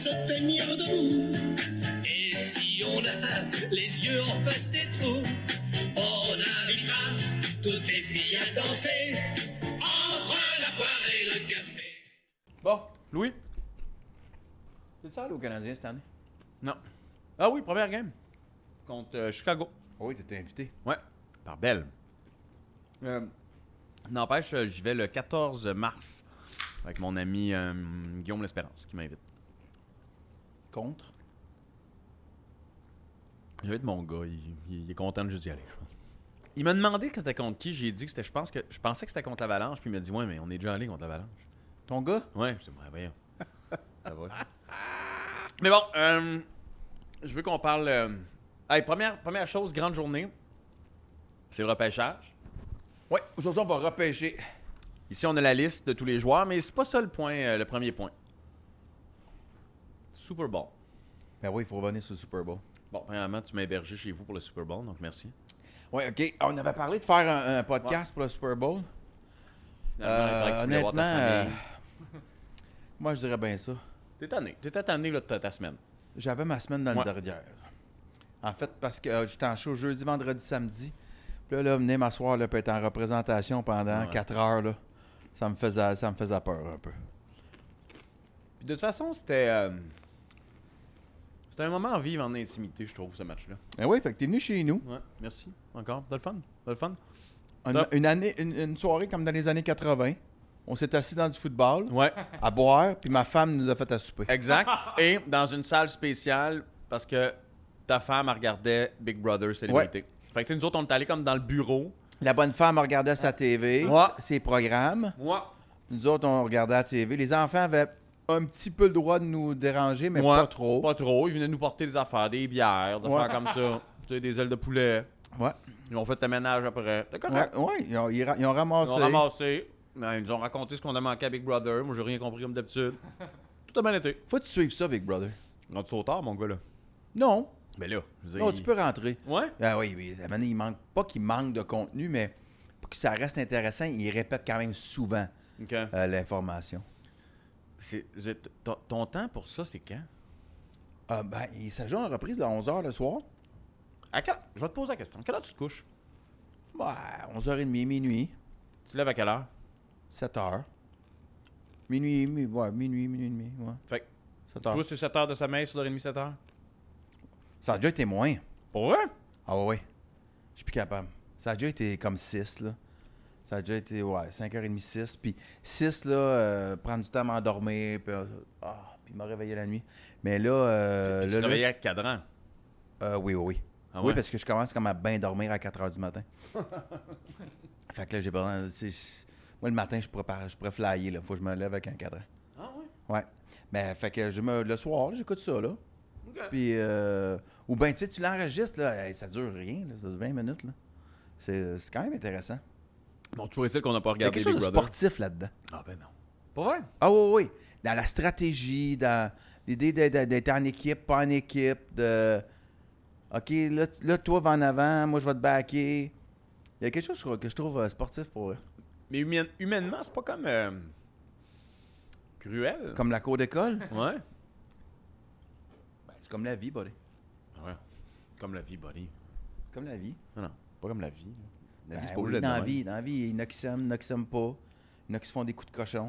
se tenir debout. Et si on a les yeux en face des trous, on invitera toutes les filles à danser entre la poire et le café. Bon, Louis? C'est ça, au Canadien cette année? Non. Ah oui, première game. Contre Chicago. Oui, t'étais invité. Ouais, par Belle. N'empêche, j'y vais le 14 mars avec mon ami Guillaume L'Espérance qui m'invite. Contre? J'invite mon gars, il est content de juste y aller, je pense. Il m'a demandé que c'était contre qui, j'ai dit que c'était, je pensais que c'était contre l'Avalanche, puis il m'a dit, ouais, mais on est déjà allé contre l'Avalanche. Ton gars? Ouais, je dis, ouais, voyons. Ça va. Mais bon, je veux qu'on parle... Hey, première chose, grande journée, c'est le repêchage. Oui, aujourd'hui, on va repêcher. Ici, on a la liste de tous les joueurs, mais c'est pas ça le point, le premier point. Super Bowl. Ben oui, il faut revenir sur le Super Bowl. Bon, premièrement, tu m'as hébergé chez vous pour le Super Bowl, donc merci. Oui, OK. On avait parlé de faire un podcast pour le Super Bowl. Finalement, il paraît que tu voulais voir ta Honnêtement, famille. moi, je dirais bien ça. T'étais tanné là, de ta semaine. J'avais ma semaine dans le Ouais. derrière. En fait, parce que j'étais en show jeudi, vendredi, samedi. Puis là, venir m'asseoir, là, puis être en représentation pendant 4 heures, là, ça me faisait peur un peu. Puis de toute façon, c'était un moment à vivre en intimité, je trouve, ce match-là. Ben oui, fait que t'es venu chez nous. Ouais, merci. Encore. T'as le fun. T'as le fun. Une soirée comme dans les années 80. On s'est assis dans du football, Ouais. à boire, puis ma femme nous a fait à souper. Exact. Et dans une salle spéciale, parce que ta femme regardait Big Brother Célébrité. Fait que tu sais, nous autres, on est allés comme dans le bureau. La bonne femme regardait sa TV, Ouais. ses programmes. Moi. Nous autres, on regardait la TV. Les enfants avaient un petit peu le droit de nous déranger, mais Ouais. pas trop. Pas trop. Ils venaient nous porter des affaires, des bières, des affaires comme ça. Tu sais, des ailes de poulet. Ouais. Ils ont fait le ménage après. T'es Ouais, correct. ouais, ils ont ramassé. Ils ont ramassé. Ils nous ont raconté ce qu'on a manqué à Big Brother. Moi, j'ai rien compris comme d'habitude. Tout a bien été. Faut que tu suives ça, Big Brother. On est trop tard, mon gars, là. Non. Mais là, je veux dire, Non, tu peux rentrer. Ouais? Ah oui, oui. À un moment donné, il manque pas qu'il manque de contenu, mais pour que ça reste intéressant, il répète quand même souvent OK. l'information. Ton temps pour ça, c'est quand? Ben, ça joue en reprise à 11h le soir. Je vais te poser la question. À quelle heure tu te couches? Ben, 11h30, minuit, Tu te lèves à quelle heure? 7h. Minuit et demi, ouais. Fait que, 7h. toi, c'est 7 heures de sommeil, 6h30, 7 heures? Ça a déjà été moins. Pour vrai? Ah ouais. Je suis plus capable. Ça a déjà été comme 6, là. Ça a déjà été, 5h30, 6. Puis 6, là, prendre du temps à m'endormir, puis me réveiller la nuit. Mais là... Tu te réveillais avec cadran. Oui. Ah Oui, ouais? parce que je commence comme à bien dormir à 4h du matin. Fait que là, j'ai besoin... Moi, le matin, je pourrais flyer, là. Faut que je me lève avec un cadran. Ah ouais? Ouais. Mais fait que le soir, là, j'écoute ça, là. OK. Puis, ou bien, tu sais, tu l'enregistres, là, ça dure rien, là, ça dure 20 minutes, là. C'est quand même intéressant. Bon, toujours est-il qu'on n'a pas Il y a regardé quelque chose Big de Brother. sportif là-dedans. Ah ben non. Pas vrai? Ah oui. Dans la stratégie, dans l'idée d'être en équipe, pas en équipe, de... OK, là, toi, va en avant, moi, je vais te backer. Il y a quelque chose que je trouve sportif pour eux. Mais humainement, c'est pas comme... cruel. Comme la cour d'école. Ouais. Ben, c'est comme la vie, buddy. Ouais. Comme la vie, buddy. C'est comme la vie. Non, pas comme la vie. Là. La vie, Ben c'est pas oui, obligé d'être dans de la même. vie, il y en a qui s'aiment, il y en a qui s'aiment pas. Il y en a qui se font des coups de cochon.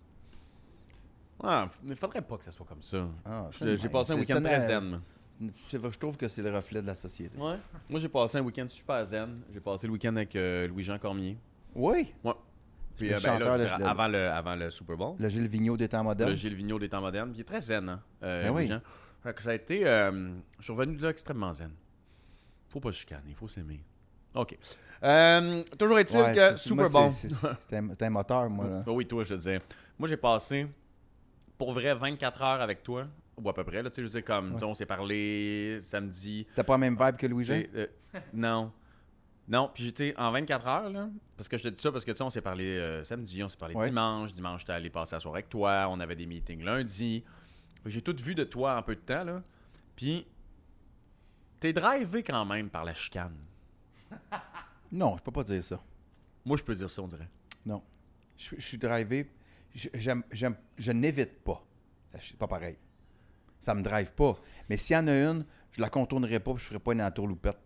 Ah, il faudrait pas que ça soit comme ça. Ah, J'ai passé un week-end très zen. moi. Je trouve que c'est le reflet de la société. Ouais. Moi, j'ai passé un week-end super zen. J'ai passé le week-end avec Louis-Jean Cormier. Oui. Ouais. Puis, Le chanteur, je dirais, le- avant le Super Bowl. Le Gilles Vigneault des temps modernes. Le Gilles Vigneault des temps modernes. Puis il est très zen, hein, Ben oui. Louis-Jean. Fait que ça a été... je suis revenu de là extrêmement zen. Faut pas se chicaner, faut s'aimer. OK. Toujours est-il Ouais, que moi, Super Bowl... C'est un moteur, moi. Là. Ben oui, toi, je te disais. Moi, j'ai passé, pour vrai, 24 heures avec toi, ou à peu près. Là, tu sais, je sais, comme, tu sais, on s'est parlé samedi. T'as pas la même vibe que Tu Louis-Jean? sais, non. Non, puis tu sais, en 24 heures, là, parce que je te dis ça, parce que tu sais, on s'est parlé samedi, on s'est parlé Ouais. dimanche. Dimanche, j'étais allé passer la soirée avec toi. On avait des meetings lundi. Fait que j'ai tout vu de toi en peu de temps, là. Puis, t'es drivé quand même par la chicane. Non, je peux pas dire ça. Moi, je peux dire ça, on dirait. Non. Je suis drivé. Je n'évite pas. C'est pas pareil. Ça me drive pas. Mais s'il y en a une, je la contournerai pas, puis je ferai pas une entourloupette.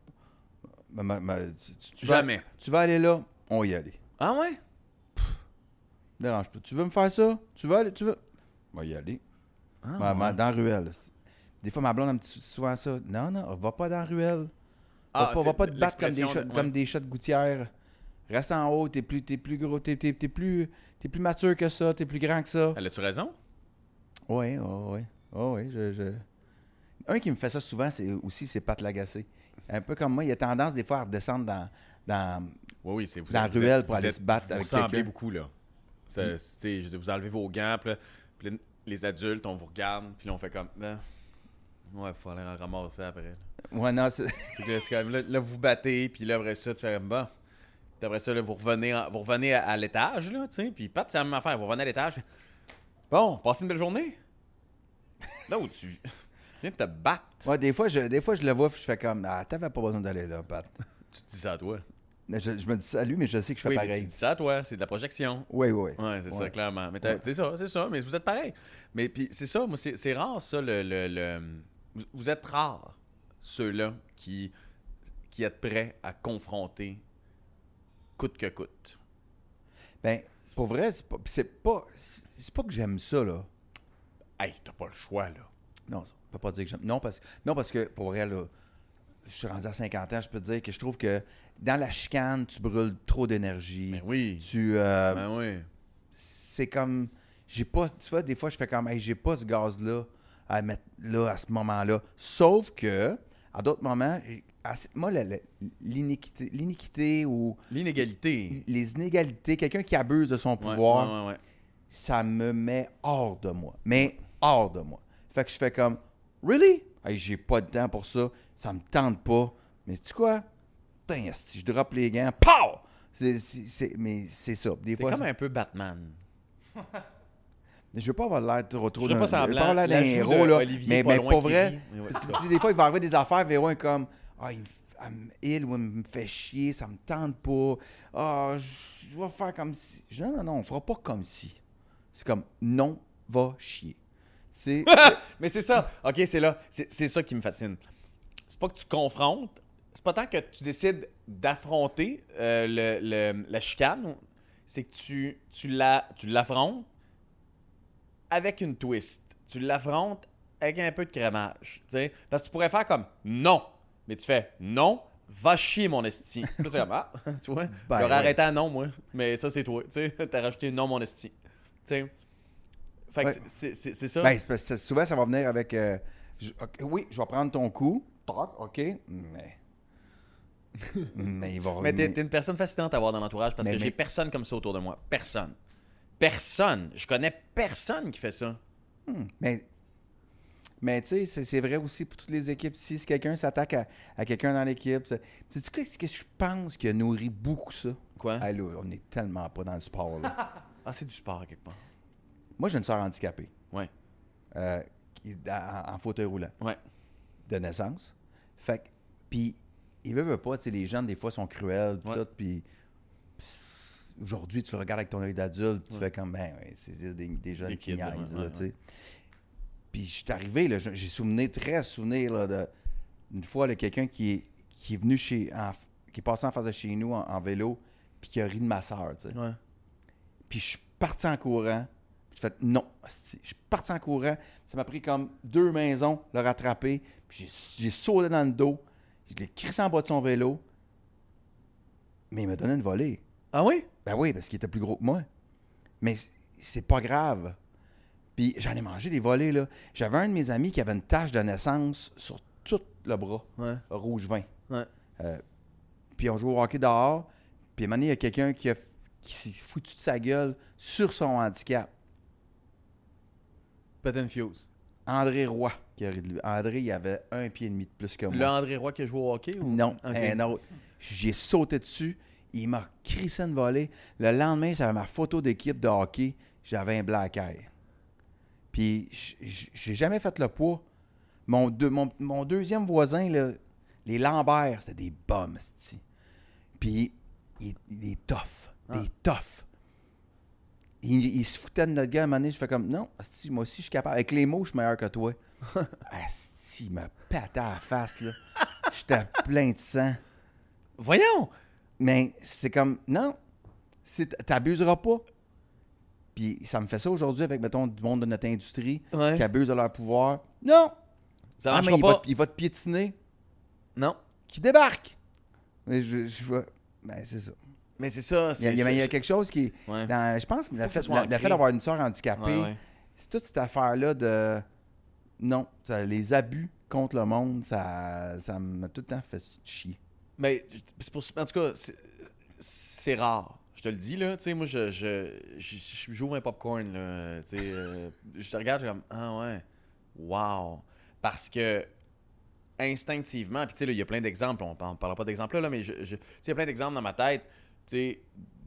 Jamais. Tu vas aller là, on va y aller. Ah ouais? Dérange pas. Tu veux me faire ça? Tu veux aller? Tu veux? On va y aller. Ah, ouais. Dans la ruelle. Des fois, ma blonde, elle me dit souvent ça. Non, va pas dans la ruelle. Ah, Va pas te battre l'expression comme des chats de gouttière. Reste en haut, t'es plus gros, t'es plus mature que ça, t'es plus grand que ça. Elle a-tu raison? Oui. Un qui me fait ça souvent, c'est Pat Lagacé. Un peu comme moi, il a tendance des fois à redescendre dans Oui, c'est vous. la Vous ruelle êtes- pour vous aller êtes- se battre vous avec ressemblez quelqu'un. beaucoup, là. Je veux dire, vous enlevez vos gants, puis là, les adultes, on vous regarde, puis là, on fait comme... Ouais, il faut aller en ramasser après. Ouais, non, c'est... Fait que là, c'est comme, là, vous vous battez, puis là, après ça, tu fais bon. Puis après ça, là, vous revenez à l'étage, là, tu sais. Puis Pat, c'est la même affaire. Vous revenez à l'étage. Bon, passez une belle journée. Là où tu viens de te battre. Ouais, des fois, je le vois, puis je fais comme, t'avais pas besoin d'aller là, Pat. Tu te dis ça à toi. Mais je me dis ça à lui, mais je sais que je fais Oui, mais tu pareil. dis ça à toi. C'est de la projection. Oui. Ouais, c'est ça, clairement. Mais c'est ça. Mais vous êtes pareil. Mais puis c'est ça, moi, c'est rare, ça, Vous êtes rares, ceux-là, qui êtes prêts à confronter coûte que coûte. Ben, pour vrai, c'est pas que j'aime ça, là. Hey, t'as pas le choix, là. Non, ça, on peut pas dire que j'aime. Non, parce que, pour vrai, là, je suis rendu à 50 ans, je peux te dire que je trouve que dans la chicane, tu brûles trop d'énergie. Ben oui. Ben oui. C'est comme... Tu vois, des fois, je fais comme, hey, j'ai pas ce gaz-là à mettre là, à ce moment-là. Sauf que, à d'autres moments, moi, l'iniquité ou L'inégalité. les inégalités, quelqu'un qui abuse de son pouvoir, Ouais. ça me met hors de moi. Mais hors de moi. Fait que je fais comme, really? Hey, j'ai pas de temps pour ça. Ça me tente pas. Mais tu sais quoi? Putain, si je drop les gants, pow! Mais c'est ça. Des C'est fois, comme un peu Batman. je veux pas avoir l'air trop Je veux pas je veux semblant. avoir l'air La d'un joue héros, de là. Olivier Mais pas loin pour qui vrai, rit. Oui, tu sais, des fois, il va arriver des affaires, Véro est comme, il ou elle me fait chier, ça me tente pas. Je vais faire comme si. Non, on fera pas comme si. C'est comme, non, va chier. C'est. Mais c'est ça. OK, c'est là. C'est ça qui me fascine. C'est pas que tu confrontes. C'est pas tant que tu décides d'affronter la chicane. C'est que tu l'affrontes avec une twist. Tu l'affrontes avec un peu de crémage. T'sais? Parce que tu pourrais faire comme non. Mais tu fais non, va chier mon esti. Puis là, tu fais comme tu vois. J'aurais arrêté à non, moi. Mais ça, c'est toi. T'as rajouté non, mon esti. Fait que c'est ça. Ben, c'est parce que souvent, ça va venir avec. Oui, je vais prendre ton coup. OK. Mais il va Mais revenir. t'es une personne fascinante à avoir dans l'entourage parce que j'ai personne comme ça autour de moi. Personne. Personne. Je connais personne qui fait ça. Mais tu sais, c'est vrai aussi pour toutes les équipes. Si quelqu'un s'attaque à quelqu'un dans l'équipe, sais-tu qu'est-ce que je pense qui a nourri beaucoup ça? Quoi? Ah, là, on est tellement pas dans le sport. Là. Ah, c'est du sport quelque part. Moi, j'ai une soeur handicapée. Ouais. Qui est en fauteuil roulant. Ouais. De naissance. Fait que, puis, il veut pas, tu sais, les jeunes, des fois, sont cruels, pis tout, puis aujourd'hui, tu le regardes avec ton œil d'adulte, tu fais comme, c'est des jeunes qui niaisent, là, tu sais. Puis, je suis arrivé, là, j'ai très souvenir, là, d'une fois, là, quelqu'un qui est venu qui est passé en face de chez nous en vélo, puis qui a ri de ma soeur, tu sais. Ouais. Puis, je suis parti en courant. J'ai fait non. Je suis parti en courant. Ça m'a pris comme 2 maisons, le rattraper. Puis j'ai sauté dans le dos. Je l'ai crissé en bas de son vélo. Mais il m'a donné une volée. Ah oui? Ben oui, parce qu'il était plus gros que moi. Mais c'est pas grave. Puis j'en ai mangé des volées, là. J'avais un de mes amis qui avait une tache de naissance sur tout le bras. Ouais. Rouge vin. Ouais. Puis on joue au hockey dehors. Puis à un moment donné, il y a quelqu'un qui s'est foutu de sa gueule sur son handicap. Pet and Fuse. André Roy qui a ri de lui. André, il avait 1,5 pied de plus que moi. Le André Roy qui a joué au hockey? Ou... Non, Okay. un autre. J'ai sauté dessus. Il m'a crissé une volée. Le lendemain, j'avais ma photo d'équipe de hockey. J'avais un black eye. Puis, j'ai jamais fait le poids. Mon deuxième voisin, là, les Lambert, c'était des bums, c'ti. Puis, il est tough. Des tough. Il se foutait de notre gars à un moment donné. Je fais comme, non, c'ti, moi aussi, je suis capable. Avec les mots, je suis meilleur que toi. Asti, il m'a pété à la face, là. J'étais plein de sang. Voyons! Mais c'est comme, non, t'abuseras pas. Puis ça me fait ça aujourd'hui avec, mettons, du monde de notre industrie Ouais. qui abuse de leur pouvoir. Non! Ça Ah, mais marchera pas. il va te piétiner. Non. Qui débarque. Mais je vois. Ben, c'est ça. Mais c'est ça. Il y a quelque chose qui. Ouais. Je pense que Faut le que ça fait, soit le fait ancré. d'avoir une soeur handicapée, Ouais, ouais. c'est toute cette affaire-là de. Non, les abus contre le monde, ça m'a tout le temps fait chier. Mais c'est pour en tout cas, c'est rare. Je te le dis, là. Tu sais, moi, j'ouvre un popcorn, là. Tu sais, je te regarde, je suis comme, ah ouais, wow. Parce que, instinctivement, puis tu sais, là, il y a plein d'exemples. On ne parlera pas d'exemples là, mais tu sais, il y a plein d'exemples dans ma tête, tu sais,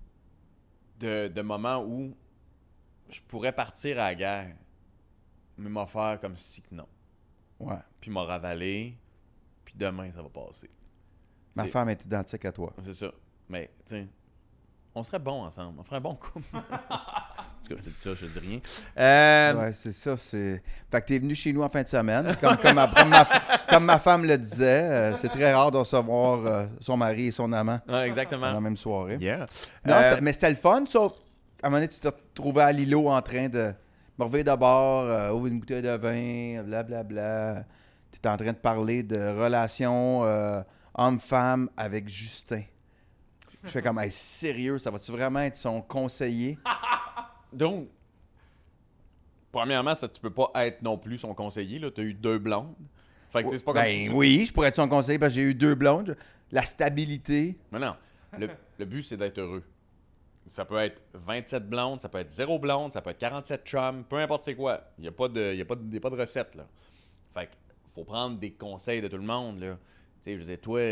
de moments où je pourrais partir à la guerre, mais m'en faire comme si que non. Ouais. Puis m'a ravalé, puis demain, ça va passer. Ma C'est- femme est identique à toi. C'est ça. Mais, tu sais, on serait bons ensemble. On ferait un bon couple. En tout cas, je te dis ça, je te dis rien. Ouais, c'est ça. Fait que t'es venu chez nous en fin de semaine. Comme ma femme le disait, c'est très rare de recevoir son mari et son amant Ouais, dans la exactement. même soirée. Yeah. Non, mais c'était le fun, sauf à un moment donné, tu te retrouvais à l'îlot en train de me revirer d'abord, ouvrir une bouteille de vin, blablabla. Tu étais en train de parler de relations homme-femme avec Justin. Je fais comme, hey, sérieux, ça va-tu vraiment être son conseiller? Donc, premièrement, ça, tu peux pas être non plus son conseiller. Tu as eu 2 blondes. Fait que tu sais, c'est pas comme si tu... Oui, je pourrais être son conseiller parce que j'ai eu 2 blondes. La stabilité. Mais non. Le but, c'est d'être heureux. Ça peut être 27 blondes, ça peut être 0 blonde, ça peut être 47 chums, peu importe c'est quoi. Il n'y a pas de recette, là. Fait que faut prendre des conseils de tout le monde, là. Tu sais, je disais, toi...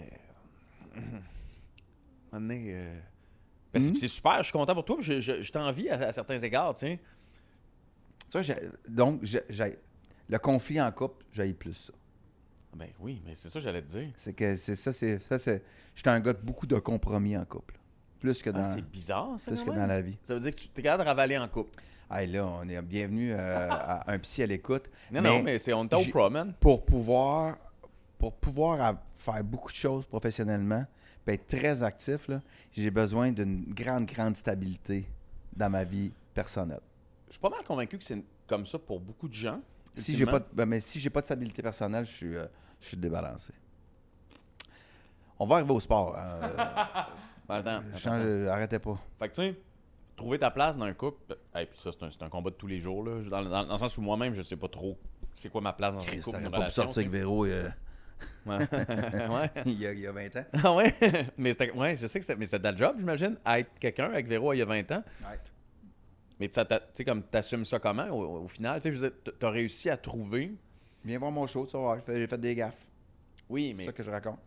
un moment donné, ben, c'est super, je suis content pour toi, puis je t'envie à certains égards, tu sais. Ça, le conflit en couple, j'haïs plus ça. Ben oui, mais c'est ça que j'allais te dire. J'étais un gars de beaucoup de compromis en couple. Plus que dans, C'est bizarre, ça, plus que quand dans même. la vie. Ça veut dire que tu t'es capable de ravaler en couple. Hey, là, on est bienvenue à un psy à l'écoute. Non, mais on était au j'ai- pro, man. Pour pouvoir faire beaucoup de choses professionnellement, puis être très actif, là, j'ai besoin d'une grande, grande stabilité dans ma vie personnelle. Je suis pas mal convaincu que c'est comme ça pour beaucoup de gens. Si j'ai pas, mais si j'ai pas de stabilité personnelle, je suis débalancé. On va arriver au sport. Attends. Arrêtez pas. Fait que tu sais, trouver ta place dans un couple, et puis ça, c'est un combat de tous les jours, là. Dans le sens où moi-même, je sais pas trop c'est quoi ma place dans un Chris, couple, t'aurais une pas pu relation. sortir avec Véro Ouais. Ouais. il y a 20 ans. Ah ouais? Mais ouais, je sais que mais c'était dans le job, j'imagine, à être quelqu'un avec Véro il y a 20 ans. Ouais. Mais tu sais, comme t'assumes ça comment au final? Tu sais, je veux dire, t'as réussi à trouver. Viens voir mon show, tu vas voir, j'ai fait des gaffes. Oui, C'est mais ça que je raconte.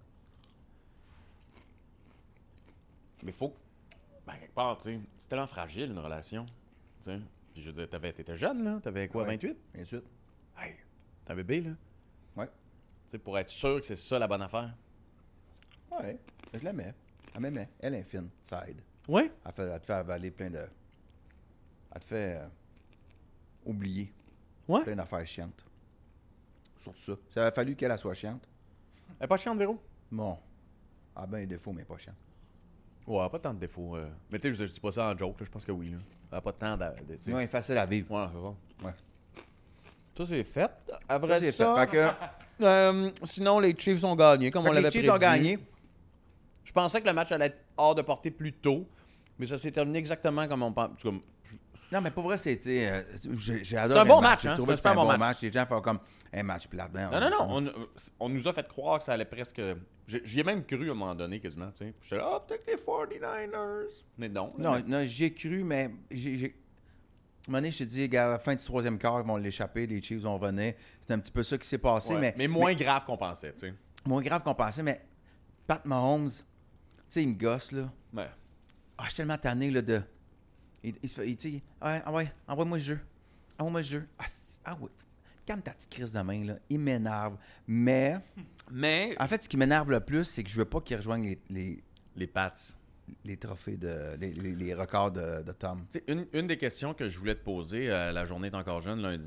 faut. Ben, quelque part, tu sais, c'est tellement fragile une relation. Tu sais. Puis je veux dire, t'étais jeune, là? T'avais quoi, Ouais. 28? Bien sûr. Hey, t'es un bébé, là? Ouais. Tu sais, pour être sûr que c'est ça la bonne affaire. Ouais. Je l'aimais. Elle m'aimait. Elle est fine. Ça aide. Ouais? Elle te fait avaler plein de. Elle te fait oublier Ouais? plein d'affaires chiantes. Surtout ça. Ça a fallu qu'elle soit chiante. Elle est pas chiante, Véro? Bon. Ah ben, les défauts, mais pas chiante. Ouais, pas tant de défauts. Mais tu sais, je dis pas ça en joke, là, je pense que oui, là. Elle a pas tant de. Tu sais. Non, elle est facile à vivre. Ouais, c'est ça. Ouais. Ça, c'est fait. Après Ça, c'est fait. Fait que, sinon, les Chiefs ont gagné, comme on l'avait les prédit. Chiefs ont gagné. Je pensais que le match allait être hors de portée plus tôt, mais ça s'est terminé exactement comme on pense. Non, mais pour vrai, c'était. J'ai adoré. C'est un bon le match, J'ai hein? trouvé que C'était c'était un un bon bon match. match. Les gens font comme un match plate. Ben, Non, on nous a fait croire que ça allait presque. J'y ai même cru à un moment donné, quasiment, tu sais. J'étais là, ah, peut-être les 49ers. Mais non. Non, j'y ai cru, mais À un moment donné, je te dis, à la fin du troisième quart, ils vont l'échapper, les Chiefs vont revenir. C'est un petit peu ça qui s'est passé, Ouais, mais moins grave qu'on pensait, tu sais. moins grave qu'on pensait. Mais Pat Mahomes, tu sais, il me gosse, là. Ouais. Ah, je suis tellement tanné, là, de. Il se fait, tu sais, ouais, envoie-moi le jeu. Envoie-moi le jeu. Ah oui. Calme ta petite crise de main, là. Il m'énerve. Mais, en fait, ce qui m'énerve le plus, c'est que je veux pas qu'il rejoigne Les Pats. les trophées, les records de Tom. Tu sais, une des questions que je voulais te poser, la journée est encore jeune, lundi,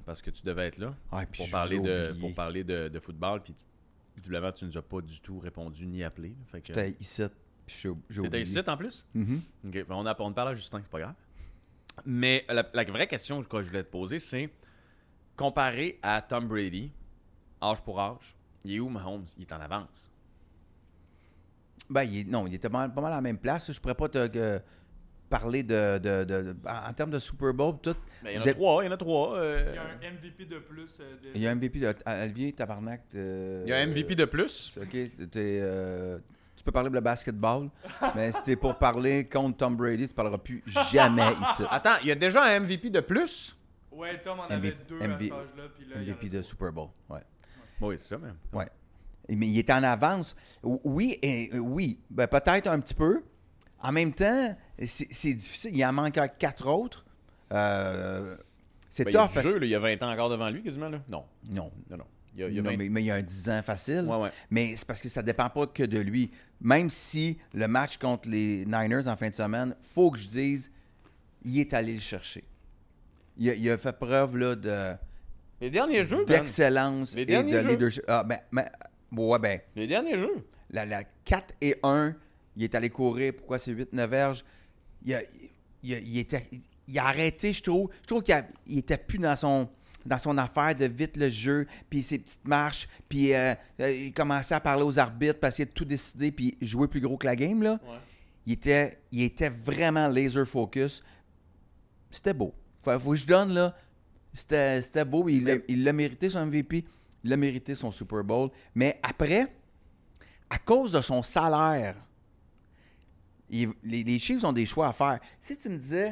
parce que tu devais être là Ah, puis pour je parler, l'ai de, oublié. pour parler de football. Puis visiblement, tu nous as pas du tout répondu ni appelé. Fait que, J'étais ici, puis j'ai t'étais oublié. ici en plus? Mhm. OK. Ben, on parle à Justin, c'est pas grave. Mais la vraie question que je voulais te poser, c'est comparé à Tom Brady, âge pour âge, il est où Mahomes? Il est en avance. Ben, il était pas mal à la même place. Je pourrais pas te parler en termes de Super Bowl, tout. Ben, il y en a trois. Il y a un MVP de plus. Il y a un MVP de Olivier Tabarnak. Il y a un MVP de plus. OK, tu peux parler de basketball, mais si t'es pour parler contre Tom Brady, tu parleras plus jamais ici. Attends, il y a déjà un MVP de plus? Ouais, Tom en avait deux à cet âge-là. Puis là, il y en a MVP de Super Bowl, ouais. Oui, c'est ça même. Ouais. Mais il est en avance. Oui, oui. Ben, peut-être un petit peu. En même temps, c'est difficile. Il en manque 4 autres. C'est Ben, il y a tough. du jeu, là, il y a 20 ans encore devant lui, quasiment. Là. Non. Non. Il y a Non, 20... mais il y a un 10 ans facile. Ouais. Mais c'est parce que ça dépend pas que de lui. Même si le match contre les Niners en fin de semaine, faut que je dise, il est allé le chercher. Il a fait preuve là, Les derniers jeux, d'excellence Les et derniers de jeux. leadership. Ah, ben, Les derniers jeux. la 4-1, il est allé courir. Pourquoi c'est 8-9 verges? Il a arrêté, je trouve. Je trouve qu'il était plus dans son affaire de vite le jeu, puis ses petites marches, puis il commençait à parler aux arbitres, puis essayer de tout décider, puis jouer plus gros que la game, là. Ouais. Il était vraiment laser focus. C'était beau. Faut que je donne, là. C'était beau. Il l'a mérité, son MVP. Il a mérité son Super Bowl. Mais après, à cause de son salaire, les Chiefs ont des choix à faire. Si tu me disais,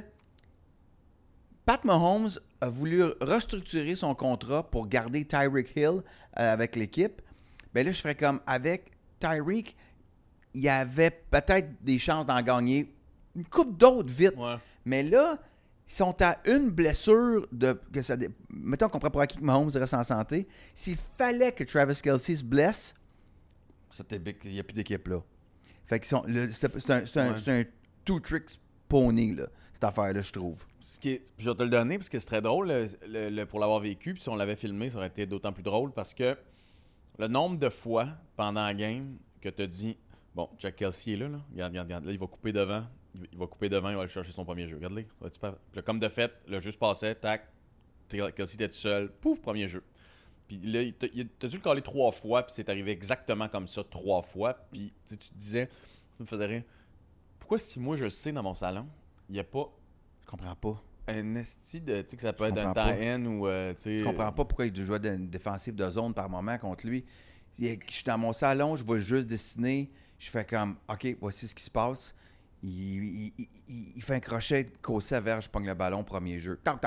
Pat Mahomes a voulu restructurer son contrat pour garder Tyreek Hill avec l'équipe, bien là, je ferais comme avec Tyreek, il y avait peut-être des chances d'en gagner une coupe d'autres vite. Ouais. Mais là, ils sont à une blessure mettons qu'on pourrait pour acquis que Mahomes reste en santé. S'il fallait que Travis Kelce se blesse, il n'y a plus d'équipe là. Fait que c'est un two-tricks pony, là, cette affaire-là, je trouve. Je vais te le donner parce que c'est très drôle pour l'avoir vécu. Puis si on l'avait filmé, ça aurait été d'autant plus drôle parce que le nombre de fois pendant la game que tu as dit bon, Jack Kelce est là. Regarde. Là, il va couper devant. Il va couper devant, il va aller chercher son premier jeu. Regarde-le. Puis là, comme de fait, le jeu se passait, tac, Kelce était tout seul, pouf, premier jeu. Puis là, t'as dû le caler 3 fois, puis c'est arrivé exactement comme ça 3 fois. Puis tu te disais, ça me faisait rire. Pourquoi si moi je le sais dans mon salon, il n'y a pas Je comprends pas. un esti de, tu sais, que ça peut être un comprends pas. tie-in ou, tu sais... Je comprends pas pourquoi il jouait une défensive de zone par moment contre lui. Je suis dans mon salon, je vois juste dessiner, je fais comme, OK, voici ce qui se passe. Il fait un crochet, causé à verge, je pogne le ballon, premier jeu. Tac.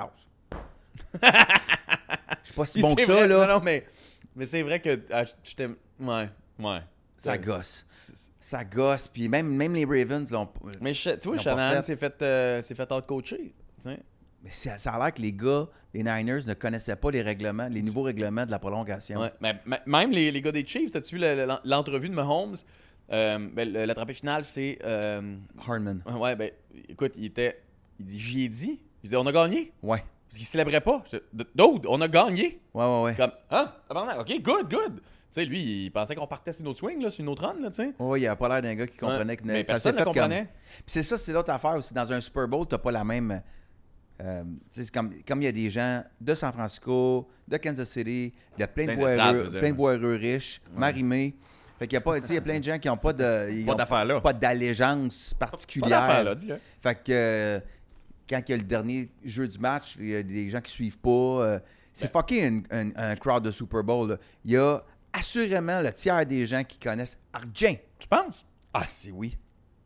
Je suis pas si Puis bon que c'est ça, vrai, là. Non, mais c'est vrai que j'étais... Ouais. Ça gosse. Ça gosse. Puis même les Ravens l'ont... Mais tu vois, Ils l'ont Shanahan pas s'est fait out-coacher. Mais ça a l'air que les gars, les Niners, ne connaissaient pas les règlements, les nouveaux règlements de la prolongation. Ouais. Mais même les gars des Chiefs, t'as-tu vu l'entrevue de Mahomes? L'attrapé final, c'est... Hardman. Ouais, ben, écoute, il dit, j'y ai dit. Il dit, on a gagné. Ouais. Parce qu'il célébrait pas. Dude, on a gagné. Ouais. Comme, hein? OK, good. Tu sais, lui, il pensait qu'on partait sur une autre swing, là, sur une autre run, là, tu sais. Ouais, il a pas l'air d'un gars qui comprenait que... Mais ça personne s'est ne fait comprenait. Puis c'est ça, c'est l'autre affaire aussi. Dans un Super Bowl, t'as pas la même... tu sais, c'est comme il y a des gens de San Francisco, de Kansas City, il y a plein de boireux riches, marimés. Fait qu'il y a pas, tu sais, il y a plein de gens qui n'ont pas de... Pas d'affaires là. Pas d'allégeance particulière. Pas d'affaires là, dis-le. Fait que quand il y a le dernier jeu du match, il y a des gens qui suivent pas. C'est fucking un crowd de Super Bowl, là. Il y a assurément le tiers des gens qui connaissent Argent. Tu penses? Ah, c'est oui.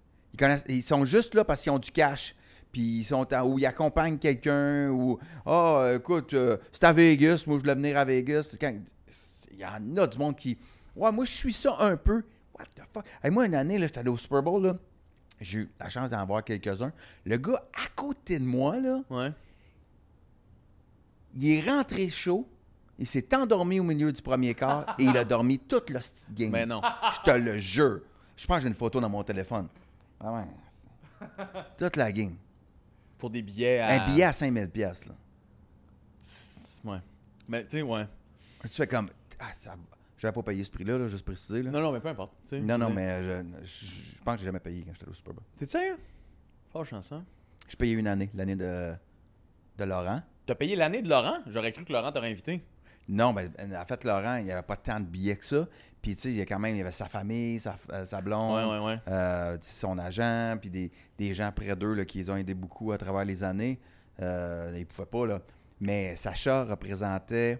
Ils sont juste là parce qu'ils ont du cash. Puis ils sont ou ils accompagnent quelqu'un, ou écoute, c'est à Vegas, moi je voulais venir à Vegas. Il y en a du monde qui. Ouais, moi je suis ça un peu. What the fuck? Hey, moi, une année, là, j'étais allé au Super Bowl, là. J'ai eu la chance d'en voir quelques-uns. Le gars à côté de moi, là, Ouais. il est rentré chaud, il s'est endormi au milieu du premier quart et il a dormi toute la petite game. Mais non. Je te le jure. Je pense que j'ai une photo dans mon téléphone. Ah ouais. Toute la game. Pour des billets à... Un billet à 5000$, là. Ouais. Mais tu sais, ouais. Tu fais comme, ça... J'avais pas payé ce prix-là, là, juste préciser. Là. Non, mais peu importe. Non, mais je pense que j'ai jamais payé quand j'étais au Super Bowl. T'es sérieux? Fort chanceux. Je payais une année, l'année de Laurent. T'as payé l'année de Laurent? J'aurais cru que Laurent t'aurait invité. Non, ben en fait, Laurent, il n'y avait pas tant de billets que ça. Puis, tu sais, il y avait sa famille, sa blonde, son agent, puis des gens près d'eux là, qui les ont aidés beaucoup à travers les années. Ils ne pouvaient pas, là. Mais Sacha représentait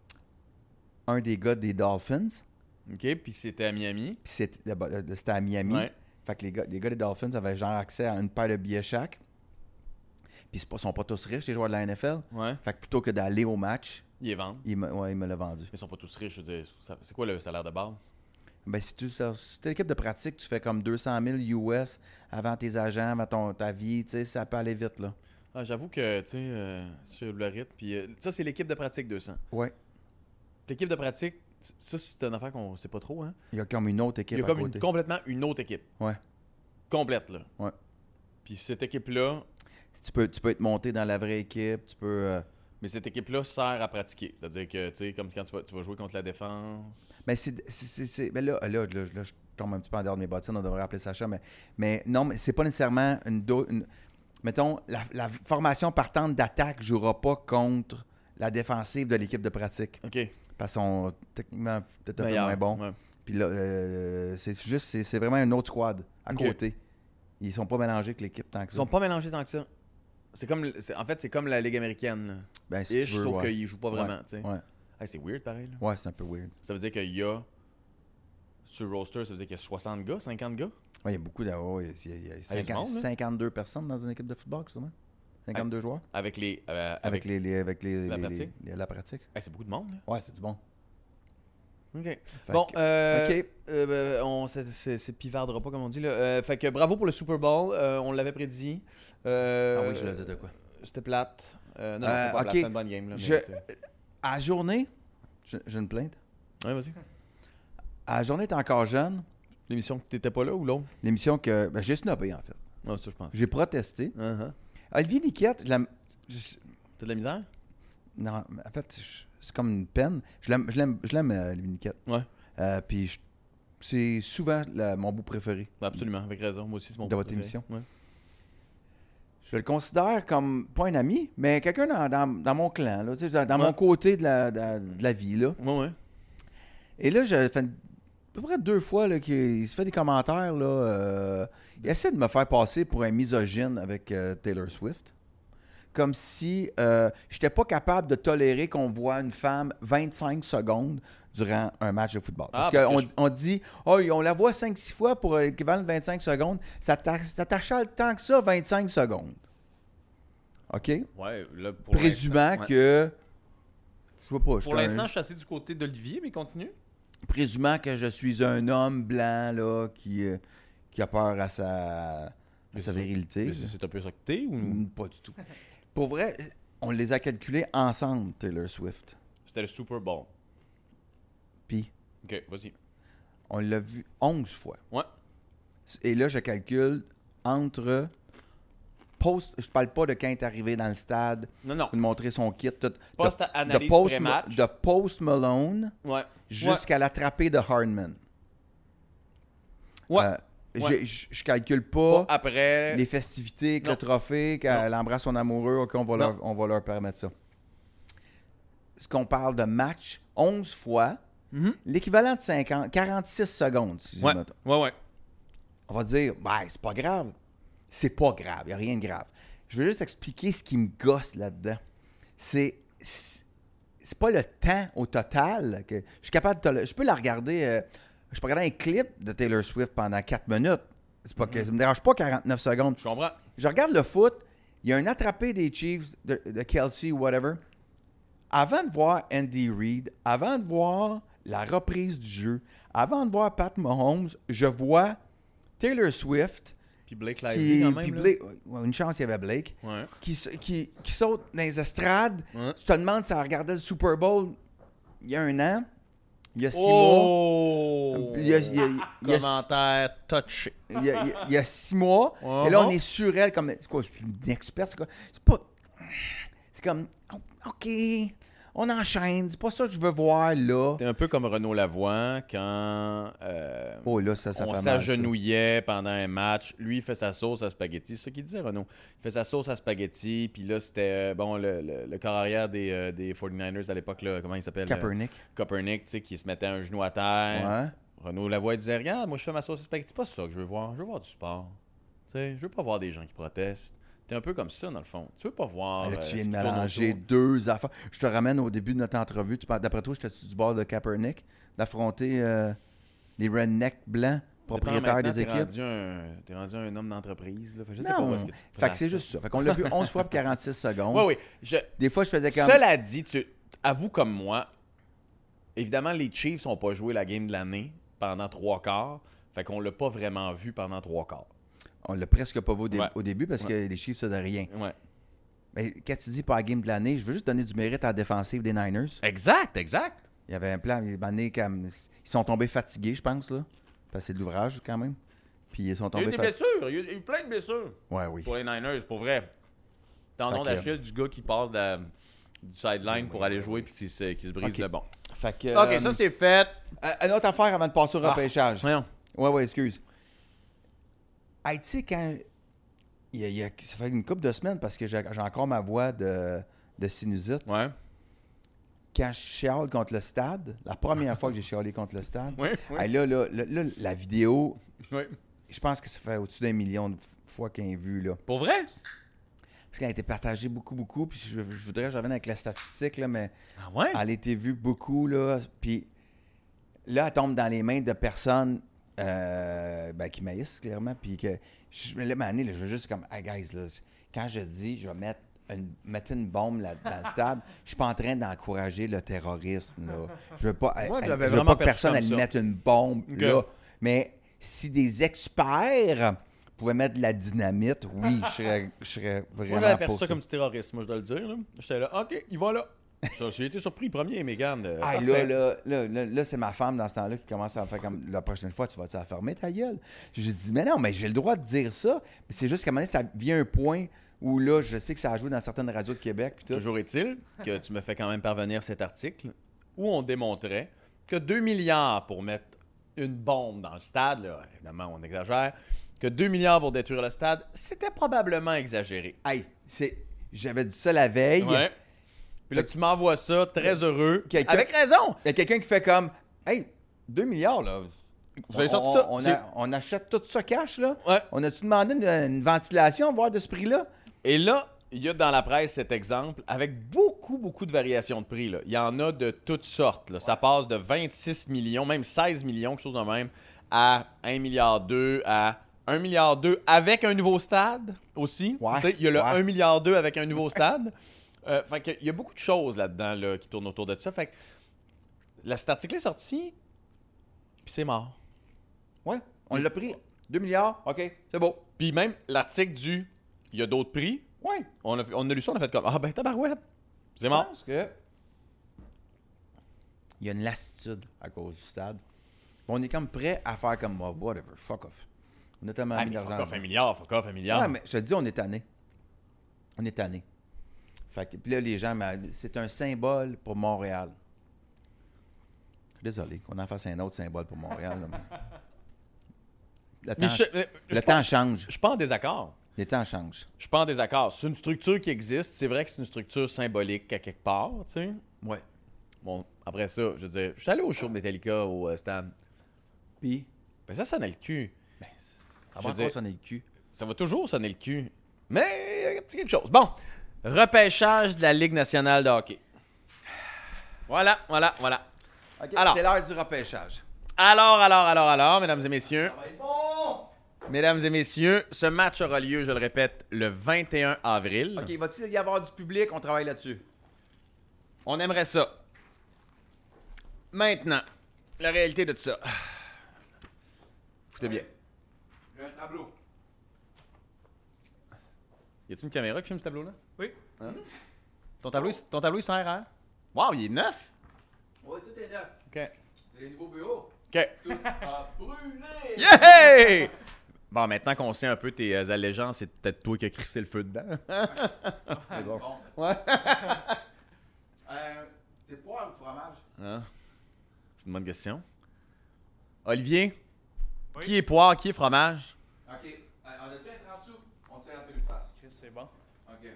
un des gars des Dolphins. OK, puis c'était à Miami. Puis c'était à Miami. Ouais. Fait que les gars des Dolphins avaient genre accès à une paire de billets chaque. Puis ils sont pas tous riches, les joueurs de la NFL. Ouais. Fait que plutôt que d'aller au match, Ils les vendent. il me l'a vendu. Mais ils sont pas tous riches, je veux dire. C'est quoi le salaire de base? Ben, si t'es l'équipe de pratique, tu fais comme 200 000 US avant tes agents, avant ta vie, tu sais, ça peut aller vite, là. Ah, j'avoue que, tu sais, sur le rythme, puis ça, c'est l'équipe de pratique 200. Ouais. L'équipe de pratique, ça, c'est une affaire qu'on sait pas trop, hein? Il y a comme une autre équipe Il y a à comme côté. complètement une autre équipe. Ouais. Complète, là. Ouais. Puis cette équipe-là, Si tu peux être monté dans la vraie équipe, tu peux... mais cette équipe-là sert à pratiquer. C'est-à-dire que, tu sais, comme quand tu vas jouer contre la défense. Ben, ben là, je tombe un petit peu en dehors de mes bottines, on devrait appeler Sacha, mais non, mais c'est pas nécessairement mettons, la formation partante d'attaque ne jouera pas contre la défensive de l'équipe de pratique. OK. Parce qu'ils sont techniquement peut-être un peu Meilleur, moins bons. ouais. Puis là, c'est vraiment un autre squad à OK. côté. Ils sont pas mélangés avec l'équipe tant que Ils ça. sont pas mélangés tant que ça. En fait, c'est comme la Ligue américaine, là. Ben, si tu veux, sauf ouais. qu'ils jouent pas vraiment, tu sais. Ouais, Hey, c'est weird, pareil, là. ouais, c'est un peu weird. Ça veut dire qu'il y a... Sur le roster, ça veut dire qu'il y a 60 gars, 50 gars? Ouais, il y a beaucoup de... ouais, il y a Ah, il y a du monde, là. 52 personnes dans une équipe de football, sûrement. 52 joueurs. Avec les... La pratique. La pratique. Hey, c'est beaucoup de monde, là. Ouais, c'est du bon. OK. Fait Bon, que- on c'est pivardera pas, comme on dit, là. Fait que bravo pour le Super Bowl. On l'avait prédit. Ah oui, je le dis de quoi. C'était plate. Non, c'est pas plate, ok. c'est une bonne game, là. Mais, À la journée, j'ai une plainte. Ouais, vas-y. À la journée, t'es encore jeune. L'émission que t'étais pas là ou l'autre? L'émission que... Ben, j'ai snobé, en fait. Non, ça, je pense. J'ai protesté. Uh-huh. Olivier Niquette, T'as de la misère? non, en fait, c'est comme une peine. Je l'aime, Olivier Niquette. Ouais. Puis c'est souvent mon bout préféré Absolument, avec raison. Moi aussi, c'est mon de votre préféré. émission. Ouais. Je le considère comme, pas un ami, mais quelqu'un dans mon clan, là, tu sais, dans mon côté de la vie. Là. Ouais. Et là, j'ai fait à peu près 2 fois là, qu'il se fait des commentaires. Là, il essaie de me faire passer pour un misogyne avec Taylor Swift. Comme si je n'étais pas capable de tolérer qu'on voit une femme 25 secondes durant un match de football. Parce qu'on dit, on la voit 5-6 fois pour l'équivalent de 25 secondes. Ça t'achale tant que ça, 25 secondes. OK? Ouais, là, pour Présumant l'instant, ouais. que... Je vois pas. Pour l'instant, je suis assez du côté d'Olivier, mais continue. Présumant que je suis un homme blanc là, qui a peur à sa virilité. C'est un peu ça que t'es ou... Pas du tout. Pour vrai, on les a calculés ensemble, Taylor Swift. C'était le Super Bowl. Puis, OK, vas-y. on l'a vu 11 fois. Ouais. Et là, je calcule entre... Je parle pas de quand il est arrivé dans le stade, Non. de montrer son kit. Post-analyse pré-match. De Post Malone Ouais. jusqu'à l'attrapée de Hardman. Ouais. Je calcule pas Après... les festivités, avec Non. le trophée, qu'elle embrasse son amoureux, OK, on va leur permettre ça. Ce qu'on parle de match 11 fois, l'équivalent de 46 secondes. Si je Ouais. note. Ouais. On va dire, c'est pas grave. C'est pas grave, il n'y a rien de grave. Je veux juste expliquer ce qui me gosse là-dedans. C'est pas le temps au total que je suis capable de... Je peux la regarder... je peux regarder un clip de Taylor Swift pendant 4 minutes. C'est pas que ça me dérange pas 49 secondes. Je comprends. Je regarde le foot, il y a un attrapé des Chiefs, de Kelsey ou whatever. Avant de voir Andy Reid, avant de voir la reprise du jeu, avant de voir Pat Mahomes, je vois Taylor Swift... Puis Blake Lively quand même. Puis là. Blake, une chance, il y avait Blake. Ouais. Qui saute dans les estrades. Ouais. Tu te demandes si elle regardait le Super Bowl il y a 1 an, il y a 6 mois. Oh! Il y a- Commentaire touché. Il y a 6 mois. Uh-huh. Et là, on est sur elle comme... C'est quoi, c'est une experte? C'est quoi? C'est pas... C'est comme... OK, On enchaîne. C'est pas ça que je veux voir là. T'es un peu comme Renaud Lavoie quand Oh là, ça on fait mal. s'agenouillait pendant un match. Lui, il fait sa sauce à spaghetti. C'est ça qu'il disait, Renaud. Il fait sa sauce à spaghetti. Puis là, c'était le corps arrière des 49ers à l'époque. Là, comment il s'appelle? Kaepernick, tu sais, qui se mettait un genou à terre. Ouais. Renaud Lavoie disait, regarde, moi, je fais ma sauce à spaghetti. C'est pas ça que je veux voir. Je veux voir du sport. Tu sais, je veux pas voir des gens qui protestent. T'es un peu comme ça, dans le fond. Tu veux pas voir. Là, tu viens de mélanger deux affaires. Je te ramène au début de notre entrevue. D'après toi, j'étais du bord de Kaepernick, d'affronter les rednecks blancs, propriétaires des équipes. T'es rendu un homme d'entreprise. Là. Je sais non. pas où est-ce que tu te Fait que c'est juste ça. Fait qu'on l'a vu 11 fois pour 46 secondes. Oui. Des fois, je faisais comme... Cela dit, avoue comme moi, évidemment, les Chiefs n'ont pas joué la game de l'année pendant 3 quarts. Fait qu'on l'a pas vraiment vu pendant 3 quarts. On l'a presque pas vu au début parce que les Chiefs, ça de rien. Ouais. Mais quand tu dis pas la game de l'année, je veux juste donner du mérite à la défensive des Niners. Exact. Il y avait un plan. Ils sont tombés fatigués, je pense, là. Parce que c'est de l'ouvrage, quand même. Puis ils sont tombés Il y a eu des blessures. Il y a eu plein de blessures. Ouais, oui. Pour les Niners, pour vrai. Tendon d'Achille du gars qui part du sideline pour aller jouer puis qui se brise le bon. Fait que, OK, ça, c'est fait. Une autre affaire avant de passer au repêchage. Voyons. Ouais, excuse. Hey, tu sais, quand... ça fait une couple de semaines parce que j'ai encore ma voix de sinusite. Ouais. Quand je chiale contre le stade, la première fois que j'ai chialé contre le stade, Oui. hey, là, la vidéo, Oui. je pense que ça fait au-dessus d'1 million de fois qu'elle est vue, là. Pour vrai? Parce qu'elle a été partagée beaucoup, puis je voudrais que je revienne avec la statistique, là, mais Ah ouais? elle a été vue beaucoup, là, puis là, elle tombe dans les mains de personnes qui maïssent, clairement, puis que, là, je veux juste comme, hey guys, là, quand je dis, je vais mettre une bombe là, dans le stade, je suis pas en train d'encourager le terrorisme, là. Je veux pas, je veux pas que personne elle mette une bombe, là, mais si des experts pouvaient mettre de la dynamite, oui, je serais vraiment Moi, j'avais perçu pour ça comme du terrorisme, moi, je dois le dire. Là. J'étais là, OK, il va là. J'ai été surpris premier, Mégane. Là, c'est ma femme dans ce temps-là qui commence à me faire comme la prochaine fois, tu vas-tu la fermer ta gueule? J'ai dit, mais non, mais j'ai le droit de dire ça. Mais c'est juste qu'à un moment donné, ça vient un point où là, je sais que ça a joué dans certaines radios de Québec. Puis tout. Toujours est-il que tu me fais quand même parvenir cet article où on démontrait que 2 milliards pour mettre une bombe dans le stade, là, évidemment, on exagère, que 2 milliards pour détruire le stade, c'était probablement exagéré. Hey, j'avais dit ça la veille. Ouais. Puis là, tu m'envoies ça, très heureux. Avec raison! Il y a quelqu'un qui fait comme, hey, 2 milliards, là. Vous avez sorti ça. On achète tout ça cash, là. Ouais. On a-tu demandé une ventilation, voir de ce prix-là? Et là, il y a dans la presse cet exemple avec beaucoup de variations de prix. Là. Il y en a de toutes sortes. Là. Ouais. Ça passe de 26 millions, même 16 millions, quelque chose de même, à 1,2 milliard, à 1,2 milliard avec un nouveau stade aussi. Ouais. Il y a le 1,2 milliard avec un nouveau stade. Fait que, il y a beaucoup de choses là-dedans là, qui tournent autour de ça. Fait que cet article est sorti, puis c'est mort. Ouais, on l'a pris. 2 milliards, OK, c'est beau. Puis même l'article il y a d'autres prix. Ouais. On a lu ça, on a fait comme, ah ben tabarouette, c'est mort. Je pense que il y a une lassitude à cause du stade. On est comme prêt à faire comme, oh, whatever, fuck off. On a tellement mis d'argent. Fuck off, 1 milliard. Ouais, mais je te dis, on est tanné. On est tanné. Fait que, puis là, les gens, c'est un symbole pour Montréal. Désolé qu'on en fasse un autre symbole pour Montréal. Là, mais... Le temps change. Je suis pas en désaccord. Les temps changent. Je suis pas en désaccord. C'est une structure qui existe. C'est vrai que c'est une structure symbolique à quelque part, tu sais. Ouais. Bon, après ça, je veux dire, je suis allé au show de Metallica au stade. Puis? Ben ça sonnait le cul. Ben, ça va encore sonner le cul. Ça va toujours sonner le cul. Mais c'est quelque chose. Bon, repêchage de la Ligue nationale de hockey. Voilà. OK, alors, c'est l'heure du repêchage. Alors, mesdames et messieurs. Ça va être bon! Mesdames et messieurs, ce match aura lieu, je le répète, le 21 avril. OK, va-t-il y avoir du public? On travaille là-dessus. On aimerait ça. Maintenant, la réalité de tout ça. Écoutez bien. J'ai un tableau. Y a-t-il une caméra qui filme ce tableau-là? Oui. Hein? Ton tableau, il sert à... Wow, il est neuf? Oui, tout est neuf. OK. C'est les nouveaux bureaux. OK. Tout a brûlé! Yeah! Bon, maintenant qu'on sait un peu tes allégeances, c'est peut-être toi qui as crissé le feu dedans. C'est bon. Ouais. C'est poire ou fromage? Ah. C'est une bonne question. Olivier, Oui. qui est poire, qui est fromage? OK. On a-tu un 30 sous? On sert un peu de face. Chris, c'est bon. OK.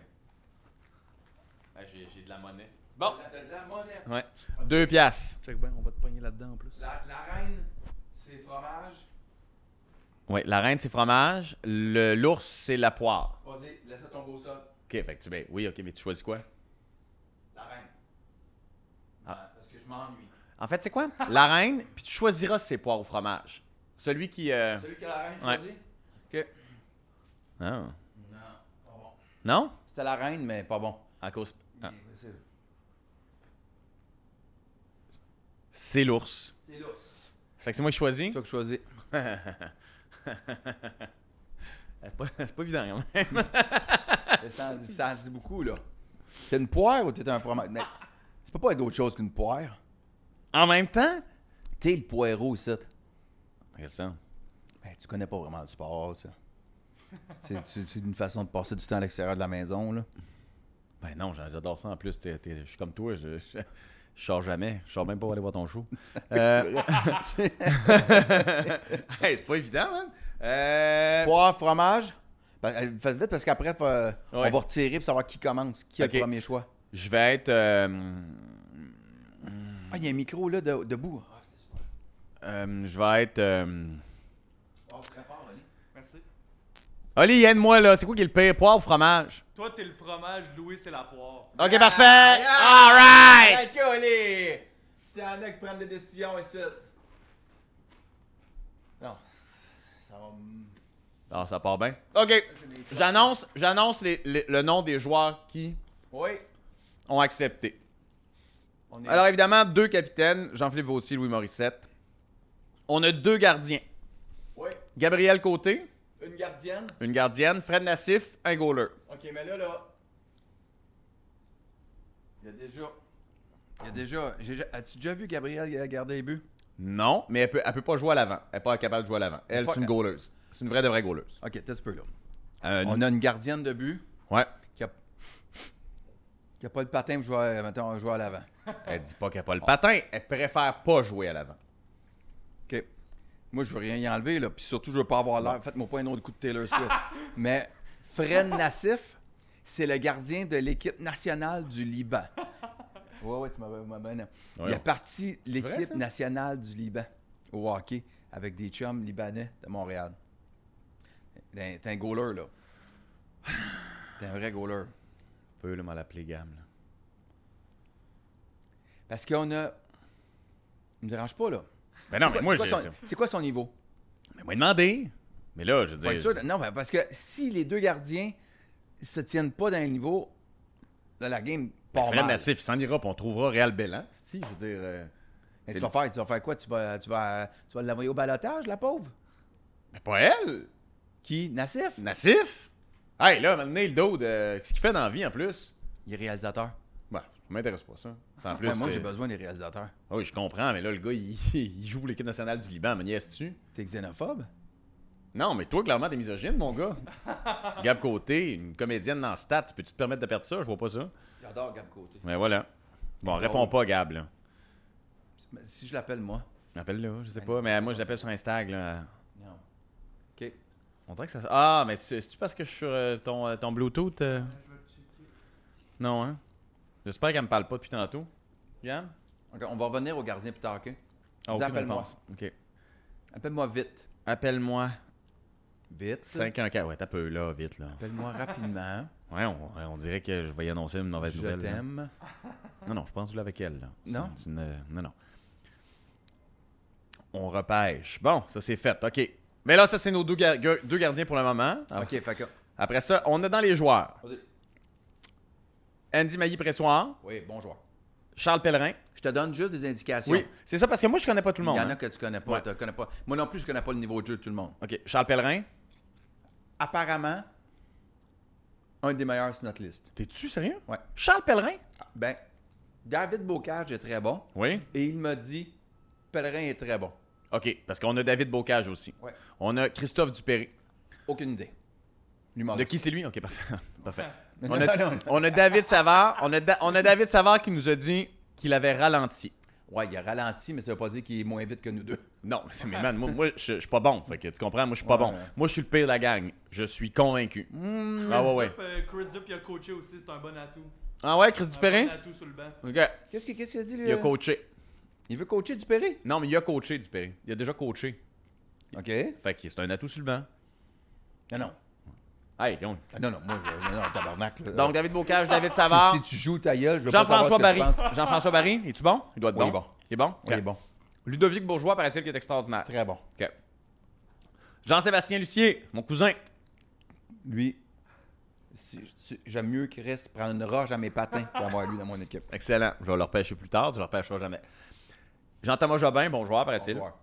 J'ai de la monnaie. Bon. T'as de la monnaie. Ouais. 2 piastres. Check bien, on va te pogner là-dedans en plus. La reine, c'est fromage. Oui, la reine, c'est fromage. L'ours, c'est la poire. Vas-y, laisse-le tomber au sol. OK, fait que oui, OK, mais tu choisis quoi? La reine. Ah. Parce que je m'ennuie. En fait, c'est quoi? La reine, puis tu choisiras si c'est poire ou fromage. Celui qui... Celui qui a la reine, Ouais. choisis? OK. Ah. Non, pas bon. Non? C'était la reine, mais pas bon. À cause... Ah. C'est C'est l'ours. l'ours. Ça fait que c'est moi qui choisis? Toi qui choisis. C'est pas évident, quand même. Ça en dit beaucoup, là. T'es une poire ou t'es un fromage? Mais ça peut pas être d'autre chose qu'une poire. En même temps? T'es le poireau, ici. Regarde ça. Ben, tu connais pas vraiment le sport, ça. C'est une façon de passer du temps à l'extérieur de la maison, là. Ben non, j'adore ça en plus. Je suis comme toi, je sors jamais. Je sors même pas pour aller voir ton show. Hey, c'est pas évident, man. Poire, fromage. Ben, faites vite parce qu'après, on Ouais. va retirer pour savoir qui commence. Qui a Ok. le premier choix? Je vais être... Ah, il y a un micro, là, debout. Ah, c'était super. je vais être... Oh, très fort, Ali. Merci. Oli, aide-moi, là. C'est quoi qui est le pire? Poire ou fromage? Toi, t'es le fromage, Louis, c'est la poire. OK, parfait! All right! OK, Ali! S'il y en a qui prennent des décisions ici. Non. Ça va... Ah, ça part bien. OK. J'annonce le nom des joueurs qui Oui. ont accepté. On est... Alors, évidemment, 2 capitaines, Jean-Philippe Vautier, Louis Morissette. On a 2 gardiens. Oui. Gabriel Côté, Une gardienne. une gardienne. Fred Nassif, un goaler. OK, mais là... Il y a déjà... As-tu déjà vu Gabrielle garder les buts? Non, mais elle peut pas jouer à l'avant. Elle est pas capable de jouer à l'avant. Elle, c'est une goaleuse. C'est une vraie de vraie goaleuse. OK, t'as un peu, là. On a une gardienne de but Ouais. qui a pas le patin pour jouer à l'avant. Elle dit pas qu'elle a pas le patin. Elle préfère pas jouer à l'avant. OK. Moi, je veux rien y enlever, là. Puis surtout, je veux pas avoir l'air. Faites-moi pas un autre coup de Taylor Swift. Mais Fred Nassif, c'est le gardien de l'équipe nationale du Liban. Ouais, tu m'as bien... Il a parti vrai, l'équipe ça? nationale du Liban au hockey avec des chums libanais de Montréal. T'es un goaler, là. T'es un vrai goaler. Peu, là, m'en l'appeler gamme, là. Parce qu'on a... Il me dérange pas, là. Ben non, mais moi, C'est quoi son niveau? Mais moi, demander. Mais là, je veux Faut être dire... sûr, non, parce que si les deux gardiens se tiennent pas dans le niveau, là, la game part Fred mal. Nassif, il s'en ira, puis on trouvera Réal Bellan. Je veux dire... Mais tu vas faire quoi? Tu vas l'envoyer au balotage, la pauvre? Mais pas elle! Qui? Nassif? Nassif? Hey, là, maintenant, le dos de... Qu'est-ce qu'il fait dans la vie, en plus? Il est réalisateur. Ben, ça m'intéresse pas, ça. En plus, Ouais, moi, j'ai besoin des réalisateurs. Ah oui, je comprends, mais là, le gars, il joue pour l'équipe nationale du Liban. Mais niaises-tu? T'es xénophobe? Non, mais toi, clairement, t'es misogyne, mon gars. Gab Côté, une comédienne dans Stats, peux-tu te permettre de perdre ça? Je vois pas ça. J'adore Gab Côté. Mais voilà. Bon, réponds pas, Gab, là. Si je l'appelle, moi. Appelle-le, je sais pas, mais moi, je l'appelle sur Insta, là. Non. OK. On dirait que ça... Ah, mais c'est-tu parce que je suis sur ton Bluetooth? Je vais checker. Non, hein? J'espère qu'elle me parle pas depuis tantôt. Gab? OK, on va revenir au gardien plus tard, OK? Ah, Dis, aucune appelle-moi. réponse. OK. Appelle-moi vite. Appelle-moi. Vite. 514. Ouais, t'as peu, là, vite, là. Appelle-moi rapidement. Ouais, on dirait que je vais y annoncer une mauvaise Je nouvelle. là. t'aime. Non, je pense que là avec elle. Là. Non? Non. On repêche. Bon, ça c'est fait. OK. Mais là, ça, c'est nos deux gardiens pour le moment. OK, fait que... Après ça, on a dans les joueurs Vas-y. Andy Mailly-Pressoir, Oui, bonjour. Charles Pellerin. Je te donne juste des indications. Oui, c'est ça parce que moi, je connais pas tout le monde. Il y en hein. a que tu connais pas, Ouais. tu connais pas. Moi non plus, je connais pas le niveau de jeu de tout le monde. OK. Charles Pellerin. Apparemment, un des meilleurs sur notre liste. T'es-tu sérieux? Ouais. Charles Pellerin? Ben, David Bocage est très bon. Oui. Et il m'a dit, Pellerin est très bon. OK. Parce qu'on a David Bocage aussi. Ouais. On a Christophe Dupéry. Aucune idée. De L'humoriste. qui c'est lui? OK, parfait. Parfait. Non, On non, a, non. on a David Savard. On a David Savard qui nous a dit qu'il avait ralenti. Ouais, il a ralenti, mais ça veut pas dire qu'il est moins vite que nous deux. Non, mais man, moi je suis pas bon. Fait que tu comprends, moi je suis pas Ouais. bon. Moi je suis le pire de la gang. Je suis convaincu. Ah ouais. Chris Dup, il a coaché aussi, c'est un bon atout. Ah ouais, Chris Dupérin? Un bon atout sur le banc. OK. Qu'est-ce qu'il a dit, lui? Il a coaché. Il veut coacher Dupéré? Non, mais il a coaché Dupérin. Il a déjà coaché. OK. Fait que c'est un atout sur le banc. Non. Hey, on- Non, moi, non, tabarnak. Là. Donc David Bocage, David Savard. Si tu joues ta gueule, je veux pas savoir Jean-François ce que tu Barry. penses. Jean-François Barry, es-tu bon? Il doit être Oui, bon. bon. Il est bon? Oui, OK. bon. Ludovic Bourgeois, paraît-il qu'il est extraordinaire. Très bon. OK. Jean-Sébastien Lucier, mon cousin. Lui, j'aime mieux Chris prendre une roche à mes patins qu'avoir lui dans mon équipe. Excellent. Je vais le repêcher plus tard, tu le repêcheras jamais. Jean-Thomas Jobin, bon joueur, paraît-il. Bonsoir.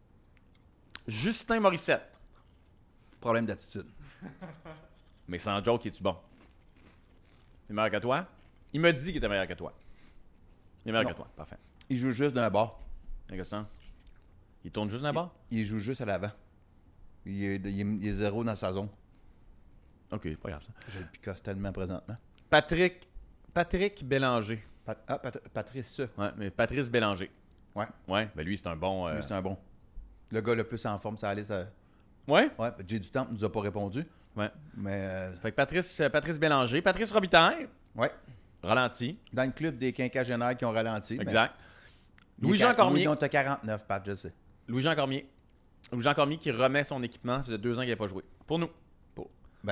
Justin Morissette. Problème d'attitude. Mais sans joke, es-tu bon? Il est meilleur que toi? Il me dit qu'il était meilleur que toi. Il est meilleur Non. que toi. Parfait. Il joue juste d'un bord. Dans quel sens? Il tourne juste là-bas? Il joue juste à l'avant. Il est zéro dans sa zone. OK, c'est pas grave ça. Je le picasse tellement présentement. Patrick Bélanger. Patrice, Ouais, mais Patrice Bélanger. Ouais. Ouais, ben lui, c'est un bon... Lui, c'est un bon. Le gars le plus en forme, ça allait. Ça... Ouais? Ouais, Jay du Temple nous a pas répondu. Ouais. Mais, Fait que Patrice Bélanger. Patrice Robitaille. ouais. Ralenti. Dans le club des quinquagénaires qui ont ralenti. Exact. Mais Louis-Jean Cormier. Louis, on t'a 49, Pat, je sais. Louis-Jean Cormier. Louis-Jean Cormier qui remet son équipement. Ça faisait 2 ans qu'il n'avait pas joué. Pour nous. Ben,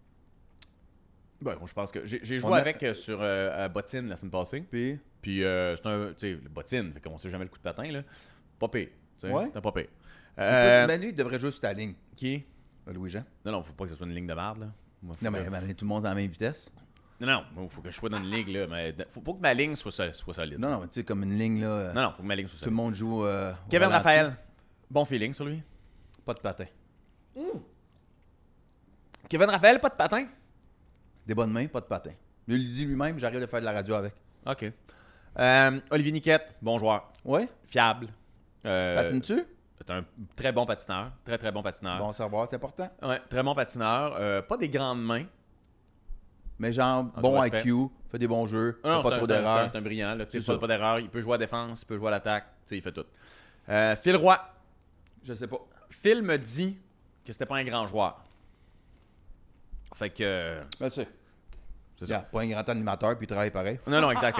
Ben, moi, je pense que j'ai joué On a- avec sur à Bottine la semaine passée. puis, Puis, c'est un. Tu sais, le Bottine, fait qu'on sait jamais le coup de patin, là. Pas pire. Tu sais, Ouais. c'est pas pire. mais lui, il devrait jouer sur ta ligne, Qui? Louis-Jean. Non, faut pas que ce soit une ligne de merde, là. Moi, faut Non, que- mais tout le monde est à la même vitesse. Non, moi, faut que je sois dans une ligue, là. Mais faut pas que ma ligne soit solide. Non, mais tu sais, comme une ligne, là, Non, faut que ma ligne soit tout le solide. monde joue. Au Kevin ralenti. Raphaël. Bon feeling sur lui. Pas de patin. Kevin Raphaël, pas de patin. Des bonnes mains, pas de patin. Lui, il dit lui-même, j'arrive de faire de la radio avec. OK. Olivier Niquette, bon joueur. Ouais? Fiable. Patines-tu? C'est un très bon patineur. Très, très bon patineur. Bon savoir, c'est important. Ouais, très bon patineur. Pas des grandes mains. Mais genre, tout bon respect. IQ, fait des bons jeux, Ah non, fait pas c'est trop un- c'est un- d'erreurs. C'est un brillant. Là, tu sais, C'est ça. pas d'erreur. Il peut jouer à la défense, il peut jouer à l'attaque. Tu sais, il fait tout. Phil Roy. Je sais pas. Phil me dit que c'était pas un grand joueur. Fait que. Ben, tu sais, C'est il y a ça. pas un grand animateur, puis il travaille pareil. Non, exact.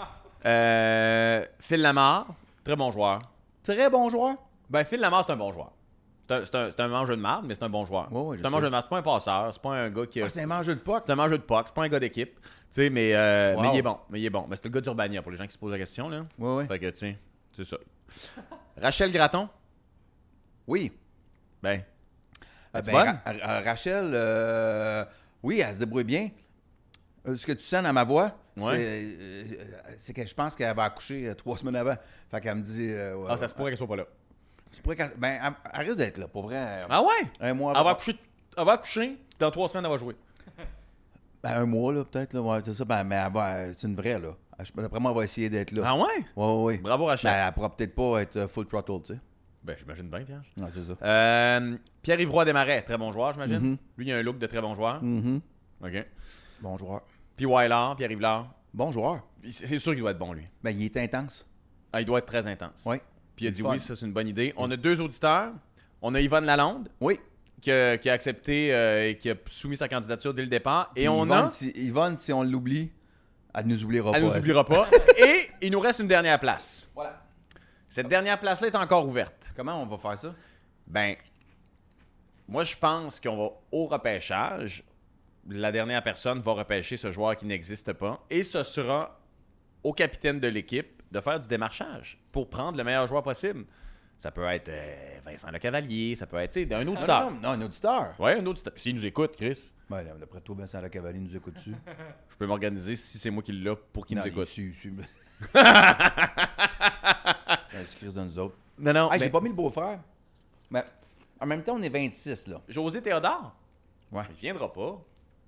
Phil Lamar, très bon joueur. Très bon joueur. Ben, Phil Lamar, c'est un bon joueur. C'est un mangeur de marde, mais c'est un bon joueur. Ouais, je c'est un sais. mangeur de marde. C'est pas un passeur. C'est pas un gars qui a. Ah, c'est un mangeur de puck. C'est un mangeur de puck. C'est pas un gars d'équipe. Tu sais, mais Wow. il est bon. Mais c'est le gars d'Urbania pour les gens qui se posent la question, là. Ouais. Fait que, tiens, c'est ça. Rachel Graton, Oui. ben. Ben, es-tu bonne? Rachel, oui, elle se débrouille bien. Ce que tu sens dans ma voix, Ouais. c'est que je pense qu'elle va accoucher 3 semaines avant. Fait qu'elle me dit. Ouais, Ah, ça se pourrait qu'elle soit pas là. tu pourrais ben, elle risque d'être là, pour vrai. Ah ouais? Un mois Elle va accoucher. Dans 3 semaines, elle va jouer. Ben, un mois, là, peut-être. Là, ouais, c'est ça. Ben, mais c'est une vraie, là. D'après moi, elle va essayer d'être là. Ah ouais? Ouais. Bravo, Rachel. Ben, elle pourra peut-être pas être full throttle, tu sais. Ben, j'imagine bien, Pierre. Ouais, c'est ça. Pierre-Yves Roy Desmarais, très bon joueur, j'imagine. Mhm. Lui, il a un look de très bon joueur. Mhm. OK. Bon joueur. Puis Wylar, Pierre-Yves Lard. Bon joueur. C'est sûr qu'il doit être bon, lui. Ben, il est intense. Ah, il doit être très intense. Oui. Puis il a Il dit est fun. oui, ça, c'est une bonne idée. On a 2 auditeurs. On a Yvonne Lalonde, Oui. qui a accepté et qui a soumis sa candidature dès le départ. Et Puis on Yvonne, a... Yvonne, si on l'oublie, elle nous oubliera Elle pas. nous oubliera pas. Et il nous reste une dernière place. Voilà. Cette dernière place-là est encore ouverte. Comment on va faire ça? Ben, moi, je pense qu'on va au repêchage. La dernière personne va repêcher ce joueur qui n'existe pas. Et ce sera au capitaine de l'équipe de faire du démarchage pour prendre le meilleur joueur possible. Ça peut être Vincent Lecavalier, ça peut être tu sais, un auditeur. Non, un auditeur. Ouais, un auditeur. S'il nous écoute, Chris, Ben, d'après toi, Vincent Lecavalier nous écoute dessus. je peux m'organiser si c'est moi qui l'ai pour qu'il nous écoute. Tu crises de nous autres. Non, non. Hey, mais j'ai pas mis le beau-frère. Mais en même temps, on est 26, là. José Théodore, Ouais. il viendra pas.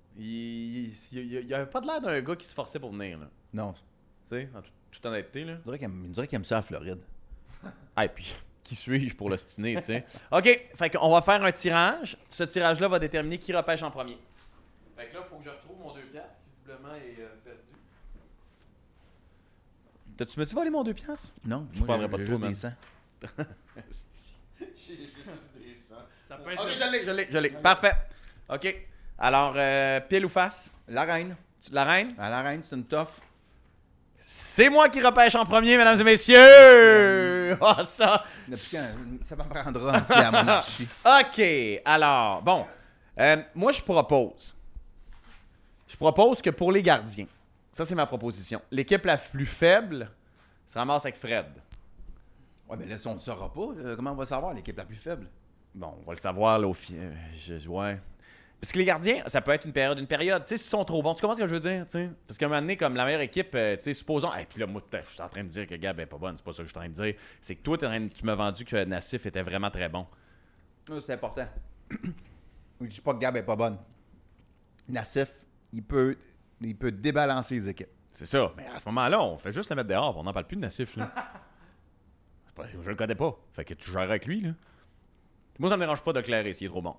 Il a pas de l'air d'un gars qui se forçait pour venir, là. Non. Tu sais, en toute honnêteté, là. Il dirait qu'il aime ça à Floride. Ah, et puis, qui suis-je pour l'ostiner, tu sais? OK, fait qu'on va faire un tirage. Ce tirage-là va déterminer qui repêche en premier. Fait que là, il faut que je retrouve mon 2 piastres qui, visiblement, est perdu. Tu m'as-tu volé mon 2 piastres? Non, Je prendrais pas de j'ai toi, juste man. des 100. Ça peut être Ok, le- je l'ai. Parfait. OK. Alors, pile ou face? La reine. La reine? À la reine, c'est une toffe. C'est moi qui repêche en premier, mesdames et messieurs! Oh, ça! Depuis quand ça m'apprendra à me fier à la monarchie. OK. Alors, bon. Moi, je propose. Je propose que pour les gardiens, ça, c'est ma proposition. L'équipe la plus faible se ramasse avec Fred. Ouais, mais là, si on ne saura pas, comment on va savoir l'équipe la plus faible? Bon, on va le savoir, là, ouais. Parce que les gardiens, ça peut être une période. Tu sais, s'ils sont trop bons, tu comprends ce que je veux dire, tu sais? Parce qu'à un moment donné, comme la meilleure équipe, tu sais, supposons... Et puis là, moi, je suis en train de dire que Gab est pas bonne, c'est pas ça que je suis en train de dire. C'est que toi, tu m'as vendu que Nassif était vraiment très bon. C'est important. Je dis pas que Gab est pas bonne. Nassif, il peut débalancer les équipes. C'est ça. Mais à ce moment-là, on fait juste le mettre dehors. On n'en parle plus de Nassif, là. Je le connais pas. Fait que tu gères avec lui, là. Moi, ça me dérange pas de clairer s'il est trop bon.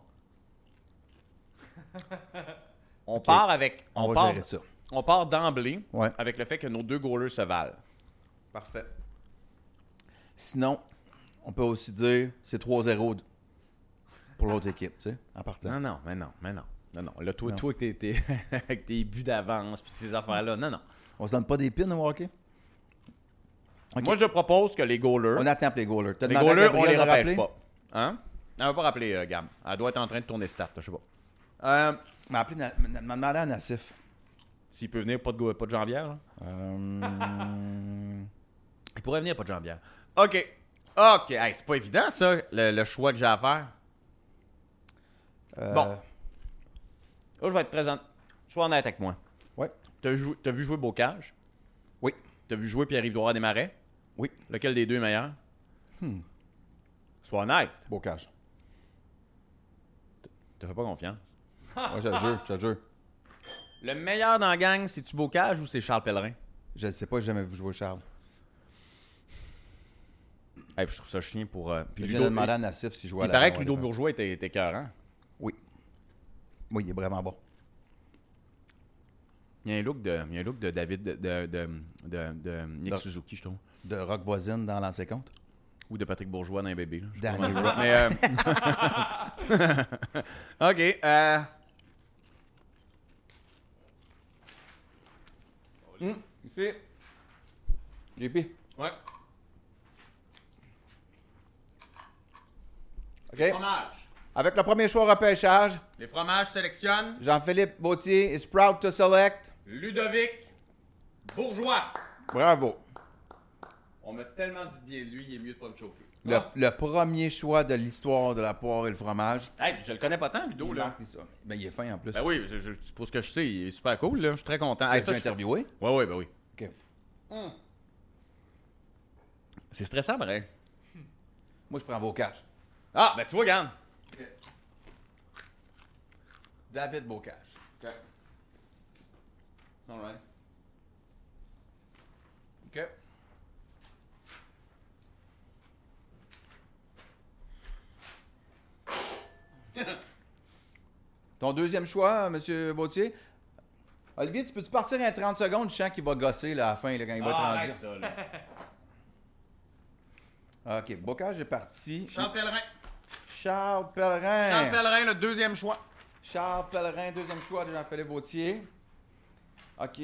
On part avec... On va gérer ça. On part d'emblée Ouais. avec le fait que nos 2 goalers se valent. Parfait. Sinon, on peut aussi dire c'est 3-0 pour l'autre équipe, tu sais, en partant. Non. Non. Là, toi, Non. toi avec avec tes buts d'avance puis ces affaires-là, non. On se donne pas des pins au hockey? Ok. Moi, je propose que les goalers... On attend pour les goalers. T'as Les demandé à goalers, on Gabrielle les de repêche rappeler? pas. Hein? Elle va pas rappeler, Gab. Elle doit être en train de tourner stats, je sais pas. M'a appelé, m'a demandé à Nassif. S'il peut venir, pas de jambière, là. Il pourrait venir, pas de jambière. OK. Hey, c'est pas évident, ça, le choix que j'ai à faire. Bon. Là, je vais être présent. Sois honnête avec moi. Ouais. T'as vu jouer Bocage? Oui. T'as vu jouer Pierre-Yves Doiron des Marais? Oui. Lequel des deux est meilleur? Sois honnête. Bocage. Te fais pas confiance. Ouais, je te jure. Le meilleur dans la gang, c'est-tu Bocage ou c'est Charles Pellerin? Je ne sais pas, j'ai jamais vu jouer Charles. Hey, puis je trouve ça chien pour. Puis Je viens de demander à Nassif s'il jouait à il la paraît Ronde, que Ludo ouais. Bourgeois était écœurant. Oui. Oui, il est vraiment bon. Il y a un look de David, de Nick Donc- Suzuki, je trouve. De Rock Voisine dans l'ancien compte. Ou de Patrick Bourgeois dans un bébé. Là. Je sais pas Danny comment Rock. dire. Mais, OK. Ici. JP. Ouais. OK. Fromage. Avec le premier choix au repêchage, Les fromages sélectionnent Jean-Philippe Bautier is proud to select. Ludovic Bourgeois. Bravo. On m'a tellement dit bien de lui, il est mieux de pas me choquer. Le premier choix de l'histoire de la poire et le fromage. Hey, puis je le connais pas tant, Ludo, là. Ben, il est fin en plus. Ben oui, pour ce que je sais, il est super cool, là. Je suis très content. Tu Hey, l'as ça, interviewé? Ouais, ben oui. OK. C'est stressant, pareil. Moi, je prends Bocage. Ah, ben tu vois, regarde. David Bocage. OK. All right. OK. Ton deuxième choix, M. Bautier. Olivier, tu peux-tu partir un 30 secondes? Je sens qu'il va gosser là, à la fin là, quand il va être rendu. arrête ça, là. OK, Bocage est parti. Charles Pellerin. Charles Pellerin. Charles Pellerin, le deuxième choix. Charles Pellerin, deuxième choix de Jean-Philippe Bautier. OK.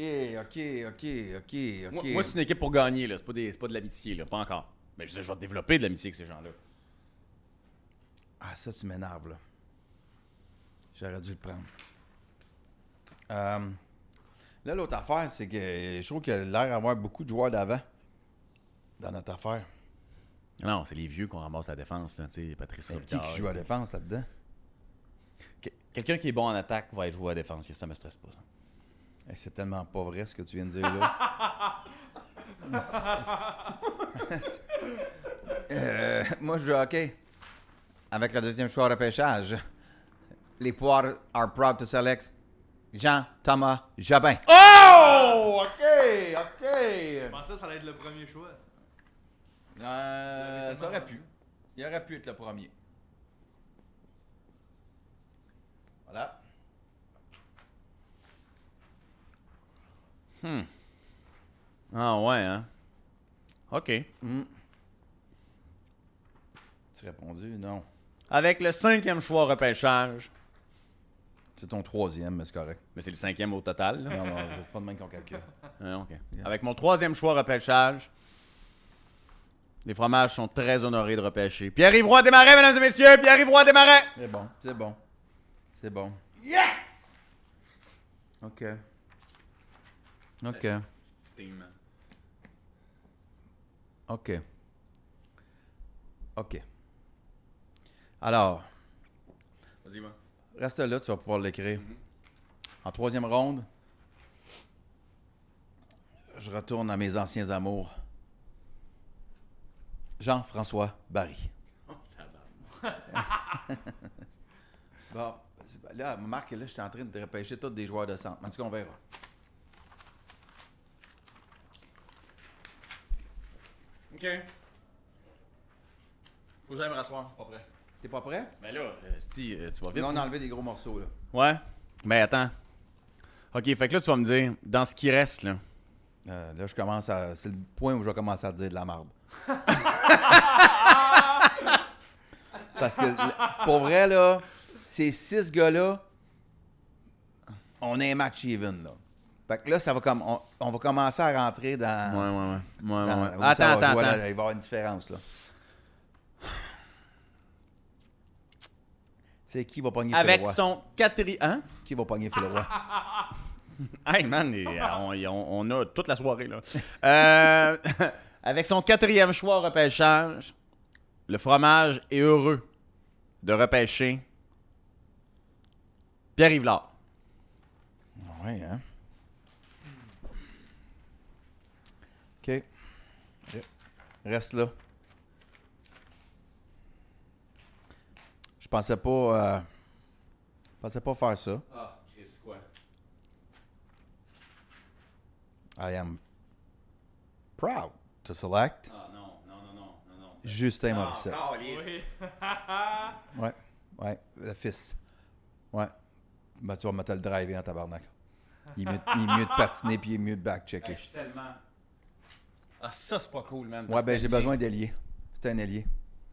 Moi, c'est une équipe pour gagner, là. C'est pas de l'amitié, là. Pas encore. Mais je vais développer de l'amitié avec ces gens-là. Ah, ça, tu m'énerves, là. J'aurais dû le prendre. Là, l'autre affaire, c'est que je trouve qu'il a l'air d'avoir beaucoup de joueurs d'avant dans notre affaire. Non, c'est les vieux qu'on ramasse la défense, là. Tu sais, Patrice Qui Robitaille. joue à défense là-dedans? Quelqu'un qui est bon en attaque va être joué à défense. Ça me stresse pas, ça. Hey, c'est tellement pas vrai ce que tu viens de dire là. Moi, je joue au hockey. Avec le deuxième choix au repêchage. Les poires are proud to select Jean-Thomas Jobin. Oh! OK! Je pensais que ça allait être le premier choix. Ça aurait pu. Il aurait pu être le premier. Voilà. Ah ouais, hein? OK. Tu répondu? Non. Avec le 5e choix au repêchage. C'est ton 3e, mais c'est correct. Mais c'est le 5e au total. Là. Non, c'est pas de même qu'on calcule. Ah, OK. Avec mon 3e choix au repêchage, les fromages sont très honorés de repêcher. Pierre-Yves Roy Desmarais, mesdames et messieurs! Pierre-Yves Roy Desmarais! C'est bon, c'est bon. C'est bon. Yes! OK. OK. OK. OK. Alors, Vas-y, moi. reste là, tu vas pouvoir l'écrire. En 3e ronde, je retourne à mes anciens amours. Jean-François Barry. Bon, là, Marc, là, je suis en train de repêcher tous des joueurs de centre. En tout cas, on verra. OK. Faut que j'aille me rasseoir. Pas prêt. T'es pas prêt? Ben là, tu vas vite. Là, on a enlevé des gros morceaux, là. Ouais. Ben attends. OK, fait que là, tu vas me dire, dans ce qui reste, là. Là, je commence à... C'est le point où je vais commencer à te dire de la merde. Parce que, pour vrai, là, ces 6 gars-là, on est un match even, là. Fait que là, ça va comme... On va commencer à rentrer dans... Ouais. où Attends, ça va attends, jouer, là, attends. il va y avoir une différence, là. Tu sais, qui va pogner Phil Avec Roy? son 4e... Hein? Qui va pogner Phil Roy? Hey, man, on a toute la soirée, là. Avec son 4e choix au repêchage, le fromage est heureux de repêcher Pierre-Yves Lard. Oui, hein? OK. Reste là. Je pensais pas faire ça. Ah, Chris, quoi? I am proud to select Ah, non. Justin Morissette. Oui. Ouais, le fils. Ouais. Ben, tu vas me te le driver en tabarnak. Il est mieux de patiner puis il est mieux de back-checker. Je suis tellement... Ah, ça, c'est pas cool, man. Ouais, ben j'ai besoin d'ailier. C'est un ailier.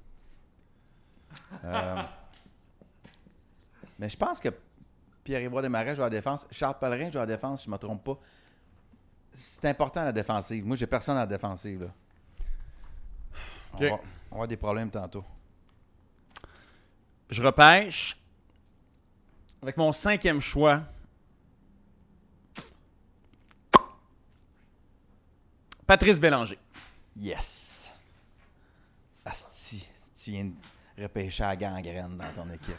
Mais je pense que Pierre-Yves Roy Desmarais joue à la défense. Charles Pellerin joue à la défense, si je ne me trompe pas. C'est important la défensive. Moi, j'ai personne à la défensive, là. On va avoir des problèmes tantôt. Je repêche avec mon 5e choix. Patrice Bélanger. Yes! Asti, tu viens de repêcher à gangrène dans ton équipe.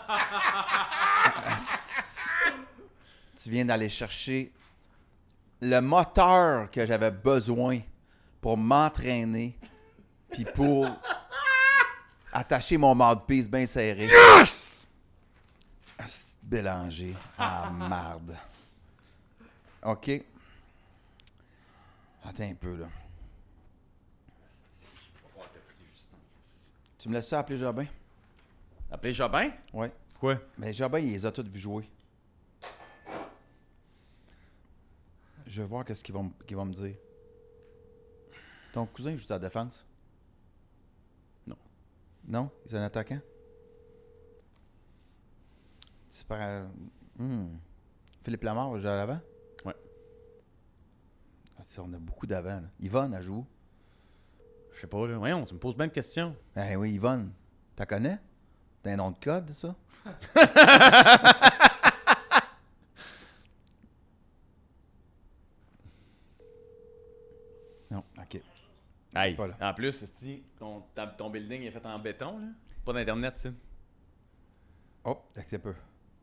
Asti. Tu viens d'aller chercher le moteur que j'avais besoin pour m'entraîner puis pour attacher mon mouthpiece bien serré. Yes! Asti, Bélanger. Ah, marde. OK. Attends un peu, là. Tu me laisses ça appeler Jobin? Appelez Jobin? Oui. Pourquoi? Mais Jobin, il les a tous vus jouer. Je vais voir qu'est-ce qu'il va me dire. Ton cousin joue à la défense? Non. Non? Il est un attaquant? C'est pas... Philippe Lamarre joue à l'avant? Ouais. Ah, tu sais, on a beaucoup d'avant, là. Yvonne, elle joue. Je sais pas, là. Voyons, tu me poses bien de questions. Ben oui, Yvonne. T'as connais? T'as un nom de code, ça? Non, OK. Hey, Pas là. en plus, c'est-tu, ton building est fait en béton, là? Pas d'internet, ça. Oh, un peu.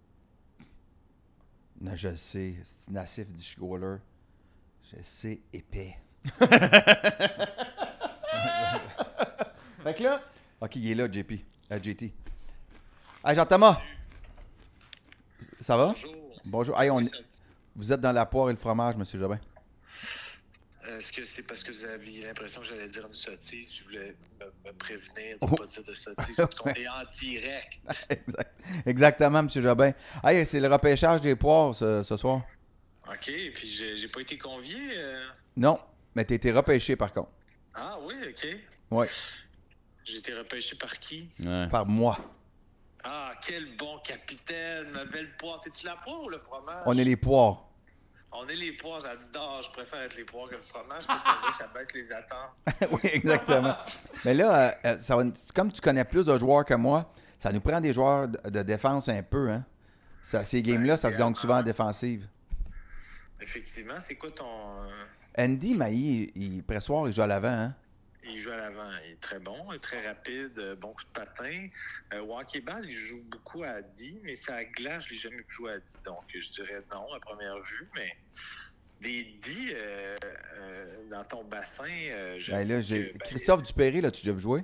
Non, je le sais. C'est Nassif du Chigoler. Je sais, épais. Fait que là... OK, il est là, JP. JT. Hey, Jean-Thomas! Ça va? Bonjour. Bonjour. Hey, vous êtes dans la poire et le fromage, M. Jobin. Est-ce que c'est parce que vous aviez l'impression que j'allais dire une sottise puis vous voulez me prévenir de ne pas dire de sottise parce qu'on est en direct? Exactement, M. Jobin. Hey, c'est le repêchage des poires ce soir. OK, puis j'ai pas été convié. Non, mais t'as été repêché par contre. Ah oui, OK. Ouais, J'ai été repêché par qui? Ouais. par moi. Ah, quel bon capitaine! Ma belle poire. T'es-tu la poire ou le fromage? On est les poires. On est les poires, j'adore. Je préfère être les poires que le fromage parce qu'on dirait que ça baisse les attentes. Oui, exactement. Mais là, comme tu connais plus de joueurs que moi, ça nous prend des joueurs de défense un peu, hein? Ces games-là, ça se gagne souvent en défensive. Effectivement, c'est quoi ton... Andy Mailly, pressoir, il joue à l'avant, hein? Il joue à l'avant. Il est très bon, il est très rapide, bon coup de patin. Walkie-ball, il joue beaucoup à 10, mais c'est à glace, je l'ai jamais pu jouer à 10. Donc, je dirais non à première vue, mais des 10 dans ton bassin, Ben là, j'ai... Christophe Dupéré, là, tu as déjà vu jouer?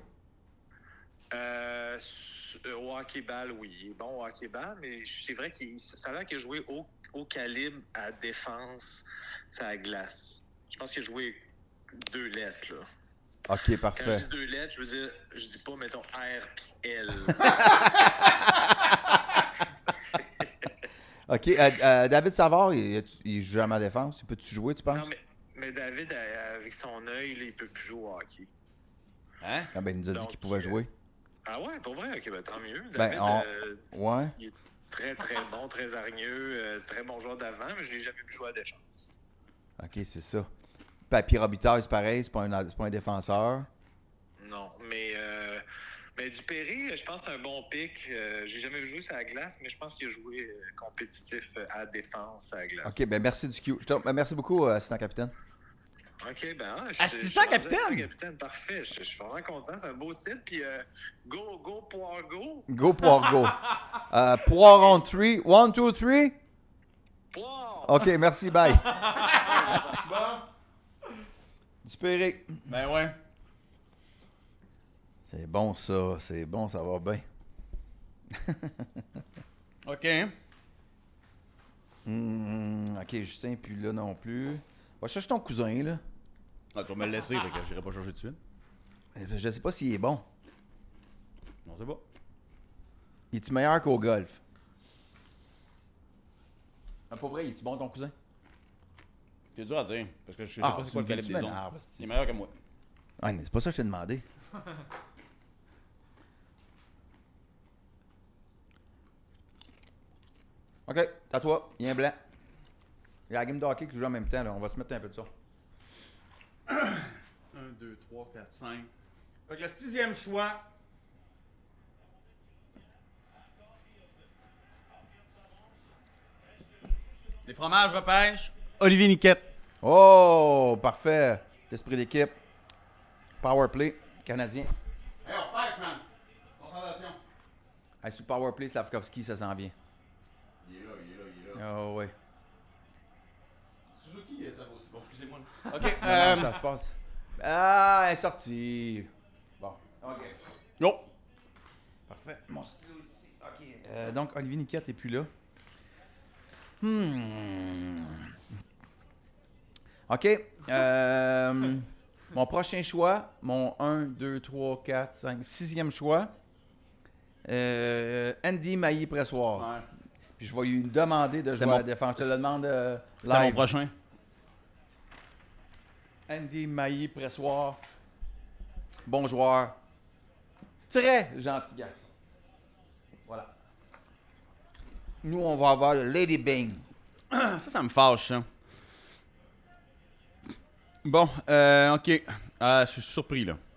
Walkie-ball, oui. Il est bon au walkie-ball, mais c'est vrai qu'il ça a l'air qu'il a joué au calibre à défense, c'est à glace. Je pense qu'il a joué 2 lettres, là. OK, Quand je parfait. dis 2 lettres, je veux dire, je dis pas, mettons, R puis L. OK, David Savard, il joue jamais à défense. Peux-tu jouer, tu penses? Non, mais David, avec son œil, là, il peut plus jouer au hockey. Hein? Ah ben, il nous a dit Donc, qu'il pouvait jouer. Ah ouais, pour vrai? Ok, ben tant mieux. Ben, David, Ouais. il est très, très bon, très hargneux, très bon joueur d'avant, mais je l'ai jamais vu jouer à la défense. OK, c'est ça. Papier Robitaille, c'est pareil, c'est pas un défenseur. Non, mais Dupéré, je pense que c'est un bon pic. J'ai jamais vu jouer sur la glace, mais je pense qu'il a joué compétitif à défense à la glace. OK, ben merci du Q. Merci beaucoup, assistant capitaine. OK, ben... Assistant capitaine? Assistant capitaine, parfait. Je suis vraiment content. C'est un beau titre. Puis, go, poire, go. Go, poire, go. Poire on 3. 1, 2, 3. Poire! OK, merci, bye. Dupéré. Ben ouais. C'est bon, ça. C'est bon, ça va bien. OK. OK, Justin, puis là non plus. Va chercher ton cousin, là. Ah, tu vas me le laisser, fait que j'irai pas changer tout de suite. Je sais pas s'il est bon. Non, c'est pas. Il est-tu meilleur qu'au golf? Ah, pas vrai, il est-tu bon ton cousin? C'est dur à dire, parce que je sais pas c'est quoi le calibre des autres. Il est meilleur que moi. Ah, mais c'est pas ça que je t'ai demandé. OK, à toi, il y a un blanc. Il y a la game de hockey qui joue en même temps, là. On va se mettre un peu de ça. 1, 2, 3, 4, 5. Fait que le 6e choix. Les fromages repêchent. Olivier Niquette. Oh, parfait. L'esprit d'équipe. Power play, Canadien. Hey, on repêche, man. Concentration. Hey, sur le power play, Slavkovski, ça s'en vient. Il est là. Oh, ouais. Suzuki, ça va aussi. Bon, excusez-moi. OK. Comment ça se passe? Ah, elle est sortie. Bon, OK. Go. Parfait. Mon stylo ici. OK. Donc, Olivier Niquette n'est plus là. OK. Mon prochain choix, mon 1, 2, 3, 4, 5, 6e choix, Andy Mailly-Pressoir. Ouais. Puis je vais lui demander de jouer à la défense. Je te le demande C'est mon live. prochain. Andy Mailly-Pressoir. Bon joueur. Très gentil garçon. Voilà. Nous, on va avoir le Lady Bing. Ça me fâche, ça. Bon, OK. Je suis surpris, là.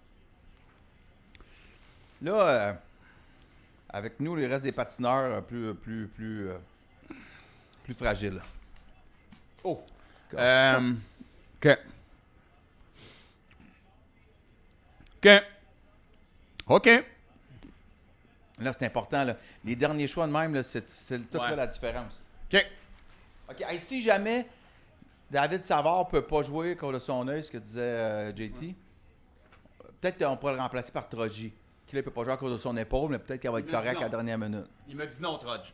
Là, avec nous, le reste des patineurs plus fragiles. Oh. OK. OK. Là, c'est important. Là. Les derniers choix de même, là, c'est tout Ouais. là, la différence. OK. OK. Hey, si jamais David Savard peut pas jouer contre son œil, ce que disait JT, peut-être qu'on pourrait le remplacer par Troji. Qui ne peut pas jouer à cause de son épaule, mais peut-être qu'elle va être Il m'a dit correcte à la non. dernière minute. Il m'a dit non, Trudge.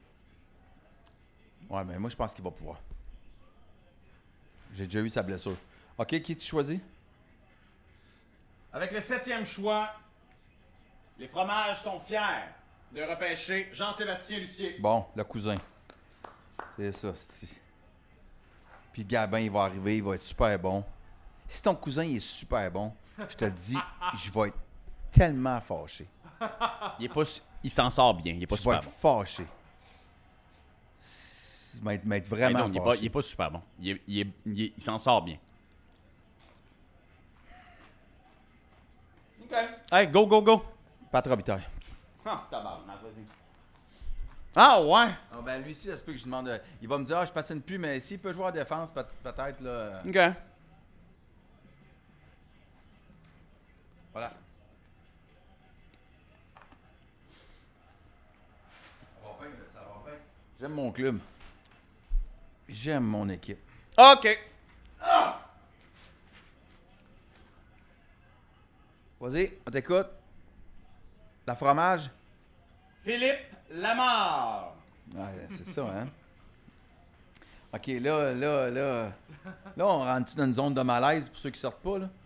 Ouais, mais moi, je pense qu'il va pouvoir. J'ai déjà eu sa blessure. OK, qui tu choisis? Avec le 7e choix, les fromages sont fiers de repêcher Jean-Sébastien Lucier. Bon, le cousin. C'est ça, c'est. Puis Gabin, il va arriver, il va être super bon. Si ton cousin il est super bon, je te dis, je vais être tellement fâché. Il s'en sort bien. Il est pas Je vais super être bon. fâché. Il va être Mais vraiment non, fâché. il est pas super bon. Il s'en sort bien. OK. Hey, go, go, go. Pat Robitaille. Ah, tabarnak, vas-y. Ah, ouais. Ah, ben lui, ça se peut que je demande. Il va me dire, je patine plus, mais s'il peut jouer en défense, peut-être, là. OK. Voilà. Ça va bien, ça va bien. J'aime mon club. J'aime mon équipe. OK. Vas-y, on t'écoute. La fromage? Philippe Lamar. Ouais, c'est ça, hein? OK, là, on rentre-tu dans une zone de malaise pour ceux qui sortent pas, là?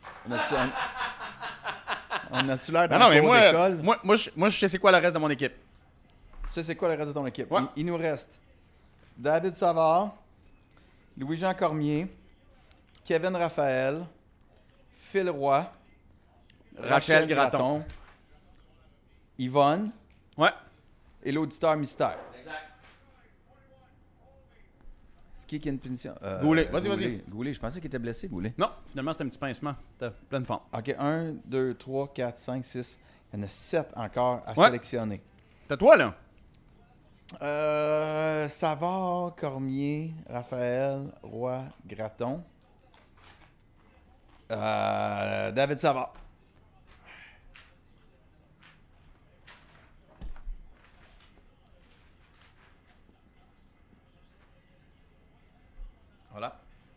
On a-tu l'air dans Non, le mais cours d'école? moi, je sais c'est quoi le reste de mon équipe. Tu sais c'est quoi le reste de ton équipe? Ouais. Il nous reste David Savard, Louis-Jean Cormier, Kevin Raphaël, Phil Roy, Rachel Gratton. Yvonne Ouais. et l'auditeur mystère. Exact. C'est qui a une punition? Goulet. Vas-y. Goulet, je pensais qu'il était blessé, Goulet. Non, finalement, c'était un petit pincement. T'as pleine forme. OK, 1, 2, 3, 4, 5, 6. Il y en a 7 encore à Ouais. sélectionner. T'as toi, là? Savard, Cormier, Raphaël, Roy, Gratton. David Savard. Voilà.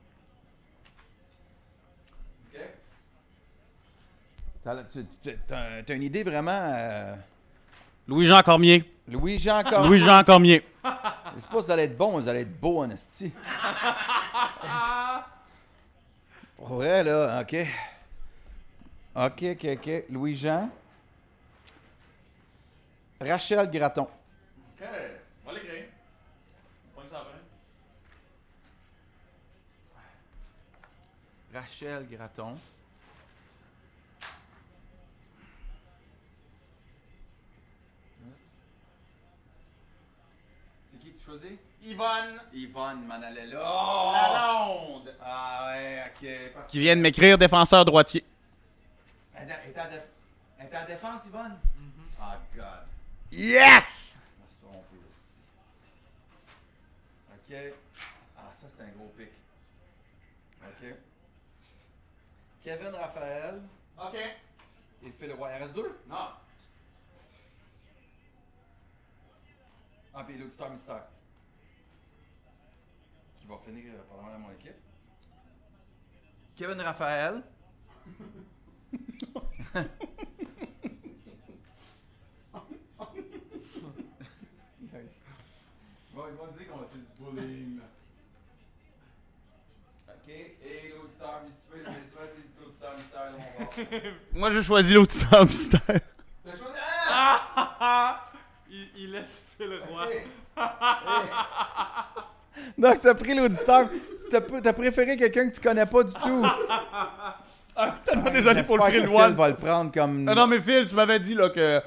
OK. T'as une idée vraiment... Louis-Jean Cormier. Louis-Jean Cormier. Louis-Jean Cormier. C'est pas que vous allez être bon, vous allez être beau en esti. Pour vrai, là, OK. OK. Louis-Jean. Rachel Gratton. OK. On va l'écrire. Rachel Gratton. C'est qui que tu choisis? Yvonne Yvonne m'en allait là. Lalonde. Ah ouais, OK. Qui vient de m'écrire défenseur droitier. Elle était en défense, Yvonne? Ah, God. Yes! Je me suis trompé, esti. OK. Ah, ça, c'est un gros pic. OK. Kevin Raphaël OK. et Phil Roy. Il en reste 2? Non. Ah, puis l'auditeur mystère. Qui va finir pendant dans mon équipe. Kevin Raphaël. Bon, ils vont dire qu'on c'est du bullying, là. OK. Et l'auditeur mystère, l'auditeur mystère, là, on va voir. Moi, j'ai choisi l'auditeur mystère. T'as choisi... Ah! Il laisse Phil Roy. Donc, t'as pris l'auditeur. T'as préféré quelqu'un que tu connais pas du tout. Ah, tellement désolé pour le J'espère Phil que Roy. Phil va le prendre comme... Ah non, mais Phil, tu m'avais dit là que.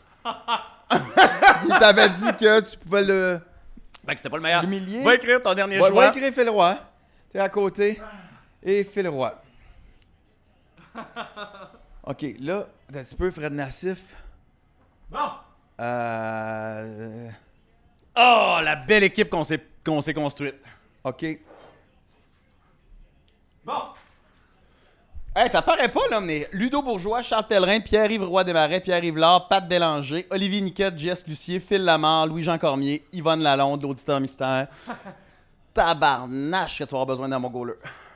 Il t'avait dit que tu pouvais le... Ben, que c'était pas le meilleur. L'humilier. Va écrire ton dernier Va choix. écrire Phil Roy. T'es à côté. Et Phil Roy. OK, là, un petit peu Fred Nassif. Bon. Euh... Oh, la belle équipe qu'on s'est construite. OK. Bon. Hey, ça paraît pas, là, mais Ludo Bourgeois, Charles Pellerin, Pierre-Yves Roy-Desmarais, Pierre-Yves Lard, Pat Bélanger, Olivier Niquette, Jess Lucier, Phil Lamar, Louis-Jean Cormier, Yvonne Lalonde, l'auditeur mystère. Tabarnache que tu vas avoir besoin d'un mon goaler.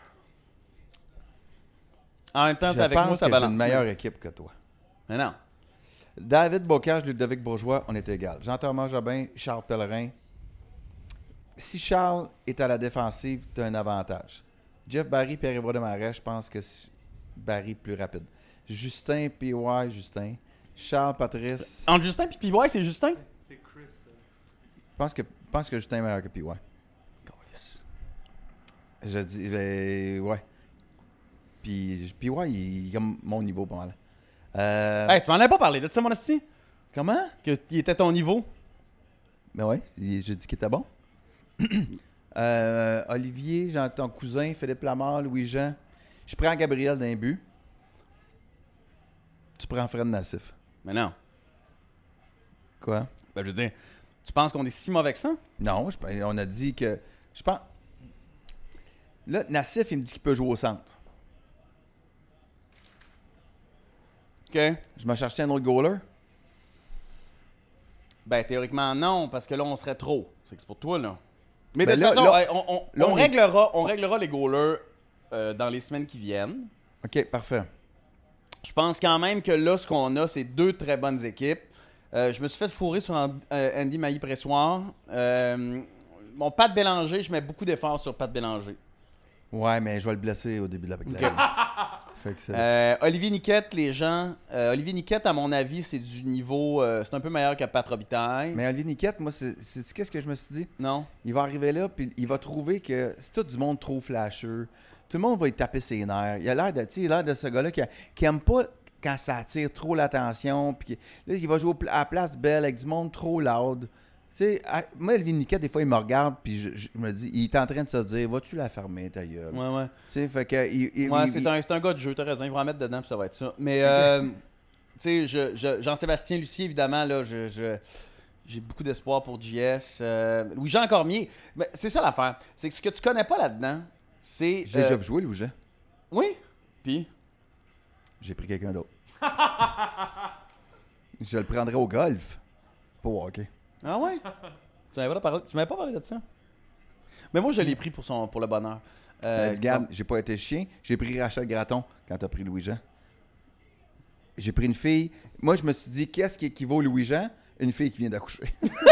En même temps, c'est avec moi, ça Je pense que j'ai balance. une meilleure équipe que toi. Mais non. David Bocage, Ludovic Bourgeois, on est égal. Jean-Thomas Jobin, Charles Pellerin. Si Charles est à la défensive, tu as un avantage. Jeff Barry, Pierre-Yves Roy-Desmarais, je pense que Barry plus rapide. Justin, P.Y. Justin. Charles, Patrice. Entre Justin et PY, c'est Justin? C'est Chris. Je pense que Justin est meilleur que P.Y. Je dis, ouais. Puis ouais, il est comme mon niveau pas mal. Hey, tu m'en avais pas parlé de ça, mon esti? Comment? Que il était ton niveau? Ben ouais, j'ai dit qu'il était bon. Olivier, ton cousin, Philippe Lamar, Louis-Jean. Je prends Gabriel d'un but. Tu prends Fred Nassif. Mais non. Quoi? Ben, je veux dire, tu penses qu'on est si mauvais que ça? Non, on a dit que... Je pense... Là, Nassif, il me dit qu'il peut jouer au centre. OK. Je m'en cherchais un autre goaler. Ben, théoriquement, non, parce que là, on serait trop. C'est pour toi, là. Mais Ben de là, toute façon, là- hey, on réglera les goalers dans les semaines qui viennent. OK, parfait. Je pense quand même que là, ce qu'on a, c'est 2 très bonnes équipes. Je me suis fait fourrer sur Andy Mailly-Pressoir. Mon Pat Bélanger, je mets beaucoup d'efforts sur Pat Bélanger. Ouais, mais je vais le blesser au début de la OK. Fait que c'est... Olivier Niquette, les gens... Olivier Niquette, à mon avis, c'est du niveau... c'est un peu meilleur que Pat Robitaille. Mais Olivier Niquette, moi, c'est qu'est-ce que je me suis dit? Non? Il va arriver là, puis il va trouver que c'est tout du monde trop flasheux. Tout le monde va y taper ses nerfs. Il a l'air de, tu sais, il a l'air de ce gars-là qui aime pas quand ça attire trop l'attention. Puis là, il va jouer à la place belle avec du monde trop loud. Tu sais, moi, Olivier Niquette, des fois, il me regarde, puis je me dis, il est en train de se dire, vas-tu la fermer, ta gueule? Ouais. Tu sais, fait que... C'est un gars de jeu, t'as raison. Il va en mettre dedans, puis ça va être ça. Mais, tu sais, Jean-Sébastien Lucier, évidemment, là, j'ai beaucoup d'espoir pour JS. Louis-Jean Cormier, mais c'est ça l'affaire. C'est que ce que tu connais pas là-dedans, c'est... J'ai déjà joué, Louis-Jean. Oui? Puis? J'ai pris quelqu'un d'autre. Je le prendrais au golf. Pas au hockey. Ah ouais? Tu m'avais pas parlé de ça? Mais moi, je l'ai pris pour le bonheur. Regarde, j'ai pas été chien. J'ai pris Rachel Gratton quand t'as pris Louis-Jean. J'ai pris une fille. Moi, je me suis dit, qu'est-ce qui équivaut Louis-Jean? Une fille qui vient d'accoucher.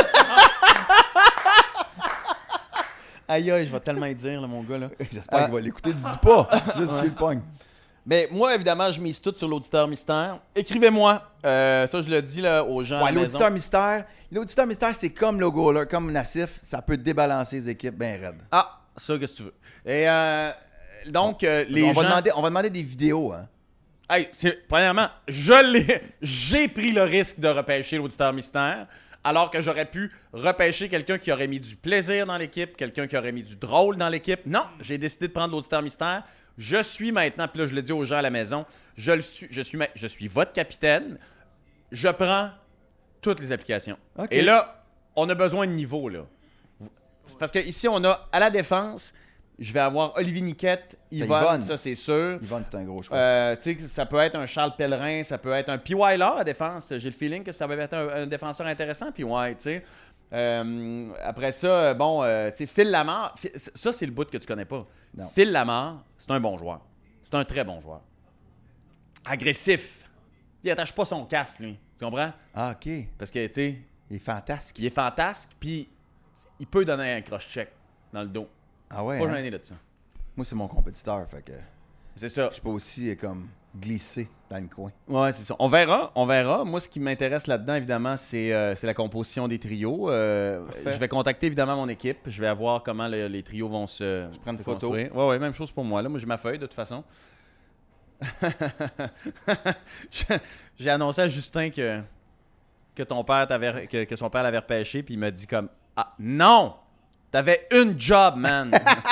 Aïe, aïe, je vais tellement y dire, là, mon gars. Là. J'espère qu'il va l'écouter. Dis pas. Juste qu'il le pogne. Mais moi, évidemment, je mise tout sur l'auditeur mystère. Écrivez-moi. Ça, je le dis là, aux gens à Ouais, la maison. l'auditeur mystère, c'est comme le goaler, comme Nassif. Ça peut débalancer les équipes bien raides. Ah, ça, qu'est-ce que tu veux. Et donc, les on gens... va demander des vidéos. Hein. Hey, premièrement, j'ai pris le risque de repêcher l'auditeur mystère, alors que j'aurais pu repêcher quelqu'un qui aurait mis du plaisir dans l'équipe, quelqu'un qui aurait mis du drôle dans l'équipe. Non, j'ai décidé de prendre l'auditeur mystère. Je suis maintenant, puis là, je le dis aux gens à la maison, je suis votre capitaine. Je prends toutes les applications. Okay. Et là, on a besoin de niveau, là. C'est parce que ici, on a à la défense, je vais avoir Olivier Niquette, Yvonne, ça c'est sûr. Yvonne, c'est un gros choix. Tu sais, ça peut être un Charles Pellerin, ça peut être un P. Wyler à défense. J'ai le feeling que ça va être un défenseur intéressant, P. Y, tu sais. Après ça, bon, tu sais, Phil Lamar, ça c'est le bout que tu connais pas. Non. Phil Lamar, c'est un bon joueur. C'est un très bon joueur. Agressif. Il attache pas son casque, lui. Tu comprends? Ah, OK. Parce que, tu sais, Il est fantastique. il est fantasque, puis il peut donner un cross-check dans le dos. Ah ouais? Pas Hein? gêné de ça. Moi, c'est mon compétiteur, fait que C'est ça. je peux aussi comme glisser dans le coin. Ouais, c'est ça. On verra. Moi, ce qui m'intéresse là-dedans, évidemment, c'est la composition des trios. Je vais contacter évidemment mon équipe. Je vais voir comment les trios vont se. Je prends une se photo. construire. Ouais, même chose pour moi. Là, moi, j'ai ma feuille de toute façon. J'ai annoncé à Justin que ton père que son père l'avait repêché, puis il m'a dit comme ah non, t'avais une job, man.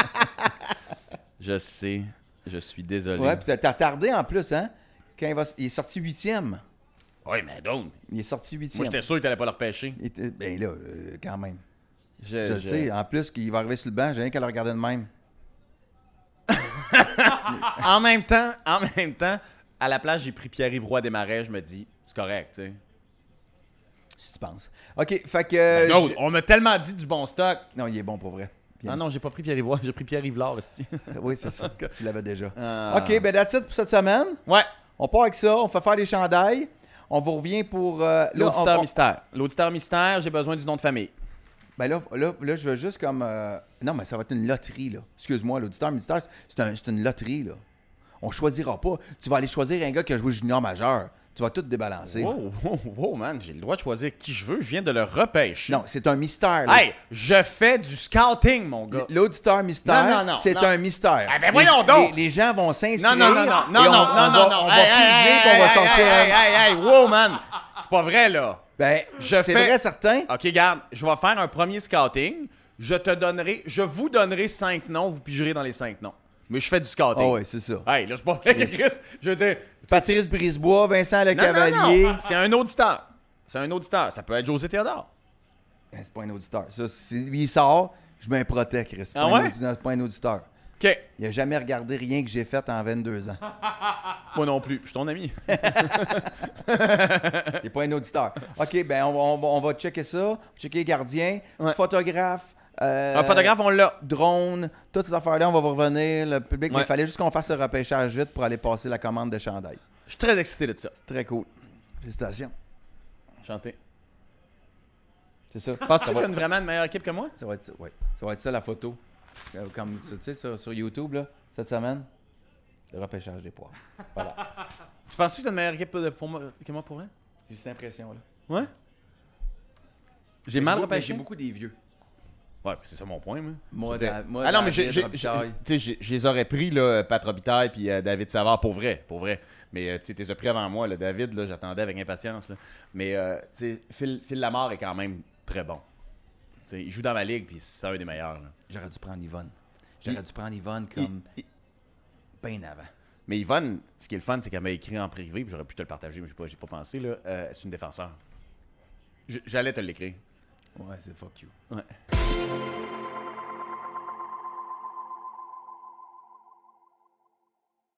Je sais, je suis désolé. Ouais, puis t'as tardé en plus, hein? Quand il est sorti 8e. Oui, mais donc. Il est sorti 8e. Moi, j'étais sûr que t'allais pas le repêcher. Ben là, quand même. Je Je le sais. En plus, qu'il va arriver sur le banc, j'ai rien qu'à le regarder de même. En même temps, à la place, j'ai pris Pierre-Yves Roy Desmarais. Je me dis, c'est correct, tu sais. Si tu penses. OK, fait que... Non, on m'a tellement dit du bon stock. Non, il est bon pour vrai. Bien Ah non, j'ai pas pris Pierre-Yves Roy, j'ai pris Pierre-Yves Lard, esti. Oui, c'est ça. Tu l'avais déjà. Ah. OK, ben that's it pour cette semaine. Ouais, On part avec ça. On fait faire des chandails. On vous revient pour... l'auditeur mystère. L'auditeur mystère, j'ai besoin du nom de famille. Ben là, je veux juste comme... Non, mais ça va être une loterie, là. Excuse-moi, l'auditeur mystère, c'est une loterie, là. On choisira pas. Tu vas aller choisir un gars qui a joué junior majeur. Tu vas tout débalancer. Wow, man, j'ai le droit de choisir qui je veux. Je viens de le repêcher. Non, c'est un mystère. Là. Hey, je fais du scouting, mon gars. L'auditeur mystère, Non, c'est un mystère. Ah, ben voyons donc! Les gens vont s'inscrire. Non. On va piger, puis on va sortir. Hey, wow, man. C'est pas vrai, là. Ben, Je c'est fais- vrai, certain. OK, regarde, je vais faire un premier scouting. Je vous donnerai 5 noms, vous pigerez dans les 5 noms. Mais je fais du scouting. Ah ouais, c'est ça. Hey, là, c'est pas vrai, Chris. Je veux dire... Patrice Brisebois, Vincent Le Non, Cavalier. non. C'est un auditeur. Ça peut être José Théodore. Ben, c'est pas un auditeur. Ça, il sort, je mets un protect, Chris. C'est Ah pas un ouais? auditeur, c'est pas un auditeur. OK. Il a jamais regardé rien que j'ai fait en 22 ans. Moi non plus. Je suis ton ami. Il n'est pas un auditeur. OK, ben on va checker ça. Checker les gardiens, Ouais. photographe. Un photographe, on l'a. Drone, toutes ces affaires-là, on va vous revenir. Le public, mais Ouais. il fallait juste qu'on fasse le repêchage vite pour aller passer la commande de chandail. Je suis très excité de ça. Très cool. Félicitations. Chanter. C'est ça. Penses-tu que tu as vraiment une meilleure équipe que moi? Ça va être ça, ouais. Ça va être ça la photo. Comme tu sais, sur YouTube, là, cette semaine, le repêchage des poires. Voilà. Tu penses-tu que tu as une meilleure équipe que moi pour vrai? J'ai cette impression-là. Ouais? J'ai mal repêché. J'ai beaucoup des vieux. Ouais, c'est ça mon point, moi. Moi, Je veux dire- moi, ah non, mais David tu Robitaille. sais, je les aurais pris, là, Pat Robitaille puis David Savard, pour vrai. Mais tu les as pris avant moi, là, David, là, j'attendais avec impatience. Là. Mais tu sais, Phil Lamar est quand même très bon. Tu sais, il joue dans ma ligue, puis c'est un des meilleurs. Là. J'aurais dû prendre Yvonne. J'aurais dû prendre Yvonne comme bien avant. Mais Yvonne, ce qui est le fun, c'est qu'elle m'a écrit en privé, puis j'aurais pu te le partager, mais j'ai pas pensé. Là. C'est une défenseur. J'allais te l'écrire. Ouais, c'est fuck you. Ouais.